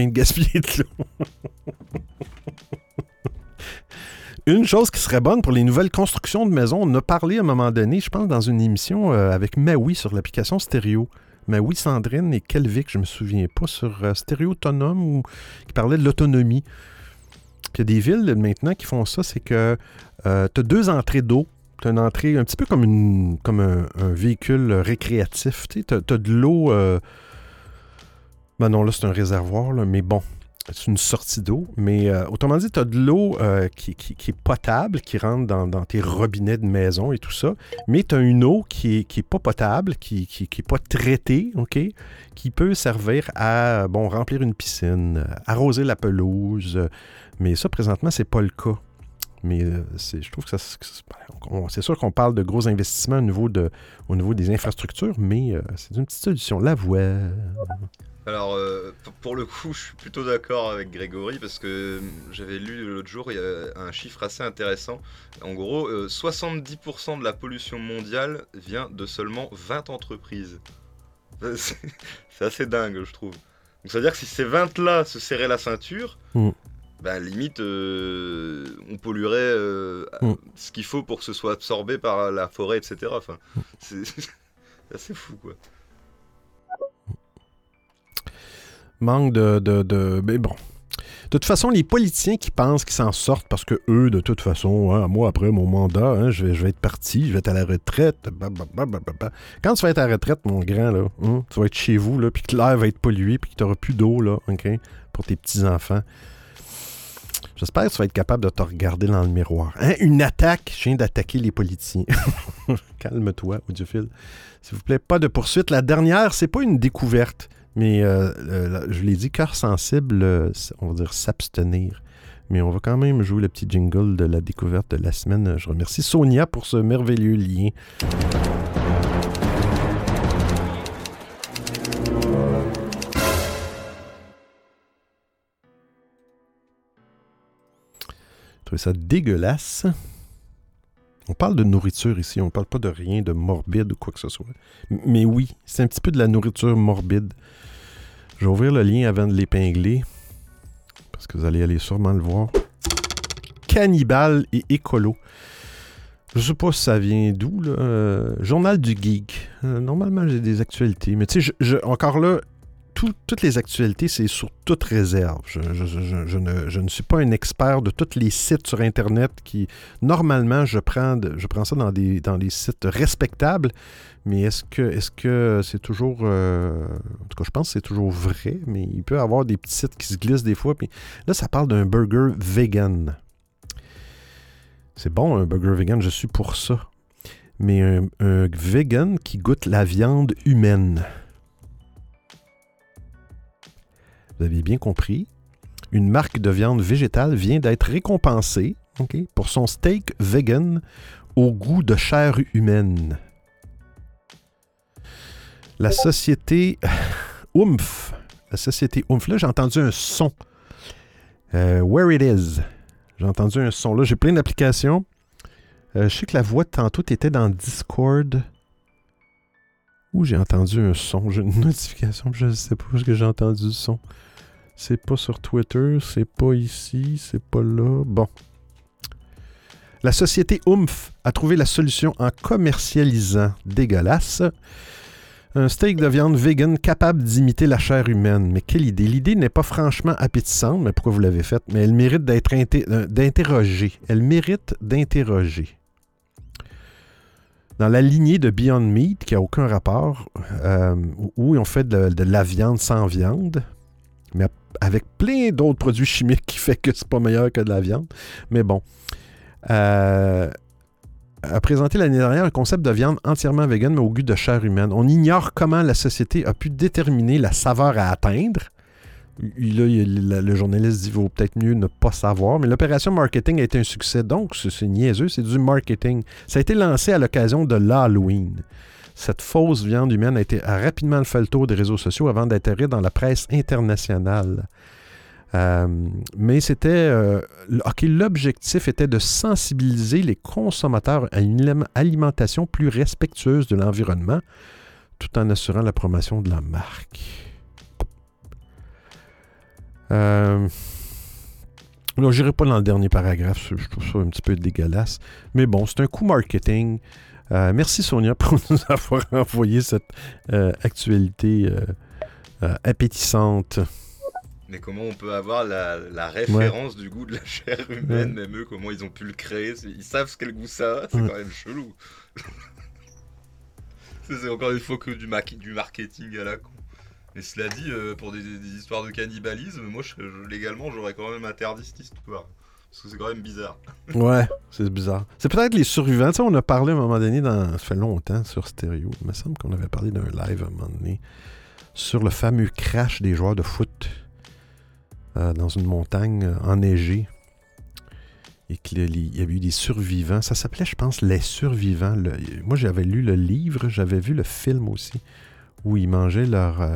Une chose qui serait bonne pour les nouvelles constructions de maisons, on a parlé à un moment donné, je pense, dans une émission avec Maui sur l'application Stéréo. Maui, Sandrine et Kelvic, je me souviens pas, sur Stéréo Autonome, ou qui parlait de l'autonomie. Puis il y a des villes maintenant qui font ça, c'est que tu as 2 entrées d'eau. Tu as une entrée un petit peu comme un véhicule récréatif. Tu as de l'eau... Ben non, là, c'est un réservoir, là, mais bon, c'est une sortie d'eau. Mais autrement dit, tu as de l'eau qui est potable, qui rentre dans tes robinets de maison et tout ça. Mais tu as une eau qui est pas potable, qui est pas traitée, OK? Qui peut servir à, remplir une piscine, arroser la pelouse. Mais ça, présentement, c'est pas le cas. Mais je trouve que c'est sûr qu'on parle de gros investissements au niveau des infrastructures, mais c'est une petite solution. La voie... Alors, pour le coup, je suis plutôt d'accord avec Grégory parce que j'avais lu l'autre jour, il y a un chiffre assez intéressant. En gros, 70% de la pollution mondiale vient de seulement 20 entreprises. C'est assez dingue, je trouve. Donc, c'est-à-dire que si ces 20-là se serraient la ceinture, ben, limite, on polluerait ce qu'il faut pour que ce soit absorbé par la forêt, etc. Enfin, c'est assez fou, quoi. Manque mais bon. De toute façon, les politiciens qui pensent qu'ils s'en sortent parce que eux, de toute façon, hein, moi, après mon mandat, hein, je vais être parti, je vais être à la retraite. Quand tu vas être à la retraite, mon grand, là, tu vas être chez vous, là, puis que l'air va être pollué, puis que tu n'auras plus d'eau, là, OK, pour tes petits-enfants. J'espère que tu vas être capable de te regarder dans le miroir. Hein? Une attaque, je viens d'attaquer les politiciens. Calme-toi, audiophile. S'il vous plaît, pas de poursuite. La dernière, c'est pas une découverte. Mais je l'ai dit, cœur sensible, on va dire s'abstenir. Mais on va quand même jouer le petit jingle de la découverte de la semaine. Je remercie Sonia pour ce merveilleux lien. Je trouve ça dégueulasse. On parle de nourriture ici, on ne parle pas de rien de morbide ou quoi que ce soit. Mais oui, c'est un petit peu de la nourriture morbide. Je vais ouvrir le lien avant de l'épingler, parce que vous allez aller sûrement le voir. Cannibale et écolo. Je sais pas si ça vient d'où, là. Journal du Geek. Normalement, j'ai des actualités, mais tu sais, encore là, toutes les actualités, c'est sur toute réserve. Je ne suis pas un expert de tous les sites sur Internet qui... Normalement, je prends ça dans des sites respectables, mais est-ce que c'est toujours... en tout cas, je pense que c'est toujours vrai, mais il peut y avoir des petits sites qui se glissent des fois. Puis là, ça parle d'un burger vegan. C'est bon, un burger vegan, je suis pour ça. Mais un vegan qui goûte la viande humaine. Vous avez bien compris. Une marque de viande végétale vient d'être récompensée pour son steak vegan au goût de chair humaine. La société Oomph. La société Oomph. Là, j'ai entendu un son. Where it is. J'ai entendu un son. Là, j'ai plein d'applications. Je sais que la voix de tantôt était dans Discord. Où j'ai entendu un son. J'ai une notification, je ne sais pas où est-ce que j'ai entendu le son. C'est pas sur Twitter, c'est pas ici, c'est pas là. Bon. La société Oomph a trouvé la solution en commercialisant dégueulasse un steak de viande vegan capable d'imiter la chair humaine. Mais quelle idée! L'idée n'est pas franchement appétissante, mais pourquoi vous l'avez faite? Mais elle mérite d'être d'interroger. Elle mérite d'interroger. Dans la lignée de Beyond Meat, qui n'a aucun rapport, où ils ont fait de la viande sans viande, mais avec plein d'autres produits chimiques qui fait que c'est pas meilleur que de la viande. Mais bon. A présenté l'année dernière un concept de viande entièrement vegan, mais au goût de chair humaine. On ignore comment la société a pu déterminer la saveur à atteindre. Là, le journaliste dit qu'il vaut peut-être mieux ne pas savoir, mais l'opération marketing a été un succès. Donc, c'est niaiseux, c'est du marketing. Ça a été lancé à l'occasion de l'Halloween. Cette fausse viande humaine a rapidement fait le tour des réseaux sociaux avant d'atterrir dans la presse internationale. Mais c'était... l'objectif était de sensibiliser les consommateurs à une alimentation plus respectueuse de l'environnement, tout en assurant la promotion de la marque. Là, je n'irai pas dans le dernier paragraphe, je trouve ça un petit peu dégueulasse. Mais bon, c'est un coup marketing. Merci Sonia pour nous avoir envoyé cette actualité appétissante. Mais comment on peut avoir la référence du goût de la chair humaine, même eux, comment ils ont pu le créer, ils savent quel goût ça a, c'est quand même chelou. C'est encore une fois que du marketing à la con. Mais cela dit, pour des histoires de cannibalisme, moi légalement j'aurais quand même interdit cette histoire. Parce que c'est quand même bizarre. Ouais, c'est bizarre. C'est peut-être les survivants. Tu sais, on a parlé à un moment donné, ça fait longtemps, sur Stéréo. Il me semble qu'on avait parlé d'un live à un moment donné sur le fameux crash des joueurs de foot dans une montagne enneigée. Et qu'il y avait eu des survivants. Ça s'appelait, je pense, Les Survivants. Moi, j'avais lu le livre, j'avais vu le film aussi, où ils mangeaient leurs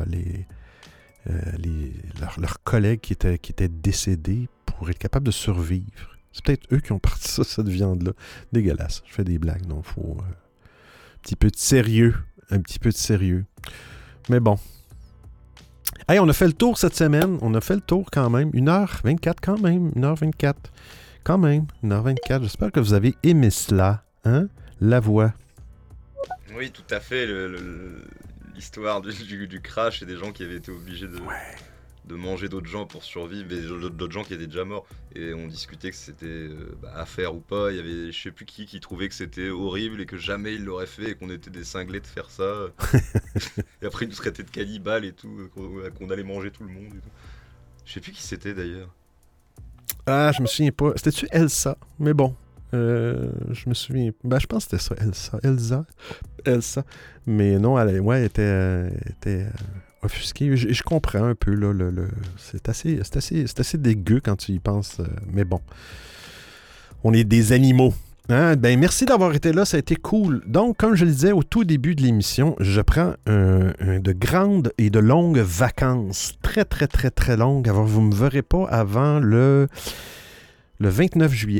collègues qui étaient décédés pour être capables de survivre. C'est peut-être eux qui ont parti ça, cette viande-là. Dégueulasse. Je fais des blagues, donc il faut un petit peu de sérieux. Un petit peu de sérieux. Mais bon. Hey, on a fait le tour cette semaine. On a fait le tour quand même. 1h24 quand même. 1h24. Quand même. 1h24. J'espère que vous avez aimé cela. Hein? La voix. Oui, tout à fait. L'histoire du crash et des gens qui avaient été obligés de manger d'autres gens pour survivre, et d'autres gens qui étaient déjà morts. Et on discutait que c'était à faire ou pas. Il y avait je sais plus qui trouvait que c'était horrible et que jamais il l'aurait fait et qu'on était des cinglés de faire ça. Et après ils nous traitaient de cannibales et tout, qu'on allait manger tout le monde et tout. Je sais plus qui c'était d'ailleurs. Ah, je me souviens pas. C'était-tu Elsa? Mais bon. Je me souviens. Je pense que c'était ça, Elsa. Mais non, elle était offusquée. Je comprends un peu, là. C'est assez dégueu quand tu y penses. Mais bon. On est des animaux. Hein? Ben, merci d'avoir été là, ça a été cool. Donc, comme je le disais au tout début de l'émission, je prends de grandes et de longues vacances. Très, très, très, très longues. Alors, vous ne me verrez pas avant le 29 juillet.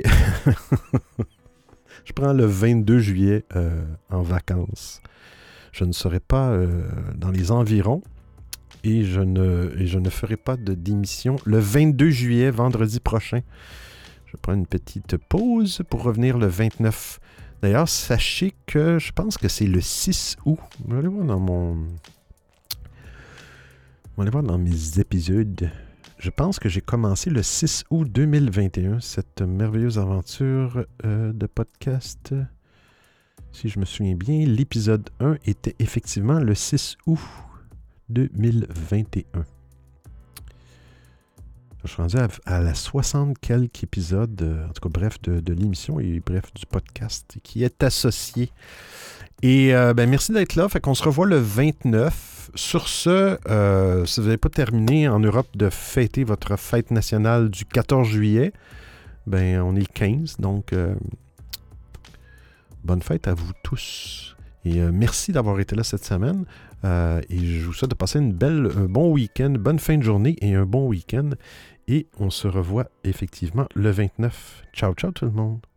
Je prends le 22 juillet en vacances. Je ne serai pas dans les environs et je ne ferai pas d'émission le 22 juillet, vendredi prochain. Je prends une petite pause pour revenir le 29. D'ailleurs, sachez que je pense que c'est le 6 août. On va aller voir dans mes épisodes. Je pense que j'ai commencé le 6 août 2021, cette merveilleuse aventure de podcast. Si je me souviens bien, l'épisode 1 était effectivement le 6 août 2021. Je suis rendu à la 60 quelques épisodes, en tout cas, bref, de l'émission et bref, du podcast qui est associé. Et merci d'être là. Fait qu'on se revoit le 29. Sur ce, si vous n'avez pas terminé en Europe de fêter votre fête nationale du 14 juillet, on est le 15. Donc, bonne fête à vous tous. Et merci d'avoir été là cette semaine. Et je vous souhaite de passer un bon week-end, bonne fin de journée et un bon week-end. Et on se revoit effectivement le 29. Ciao, ciao tout le monde.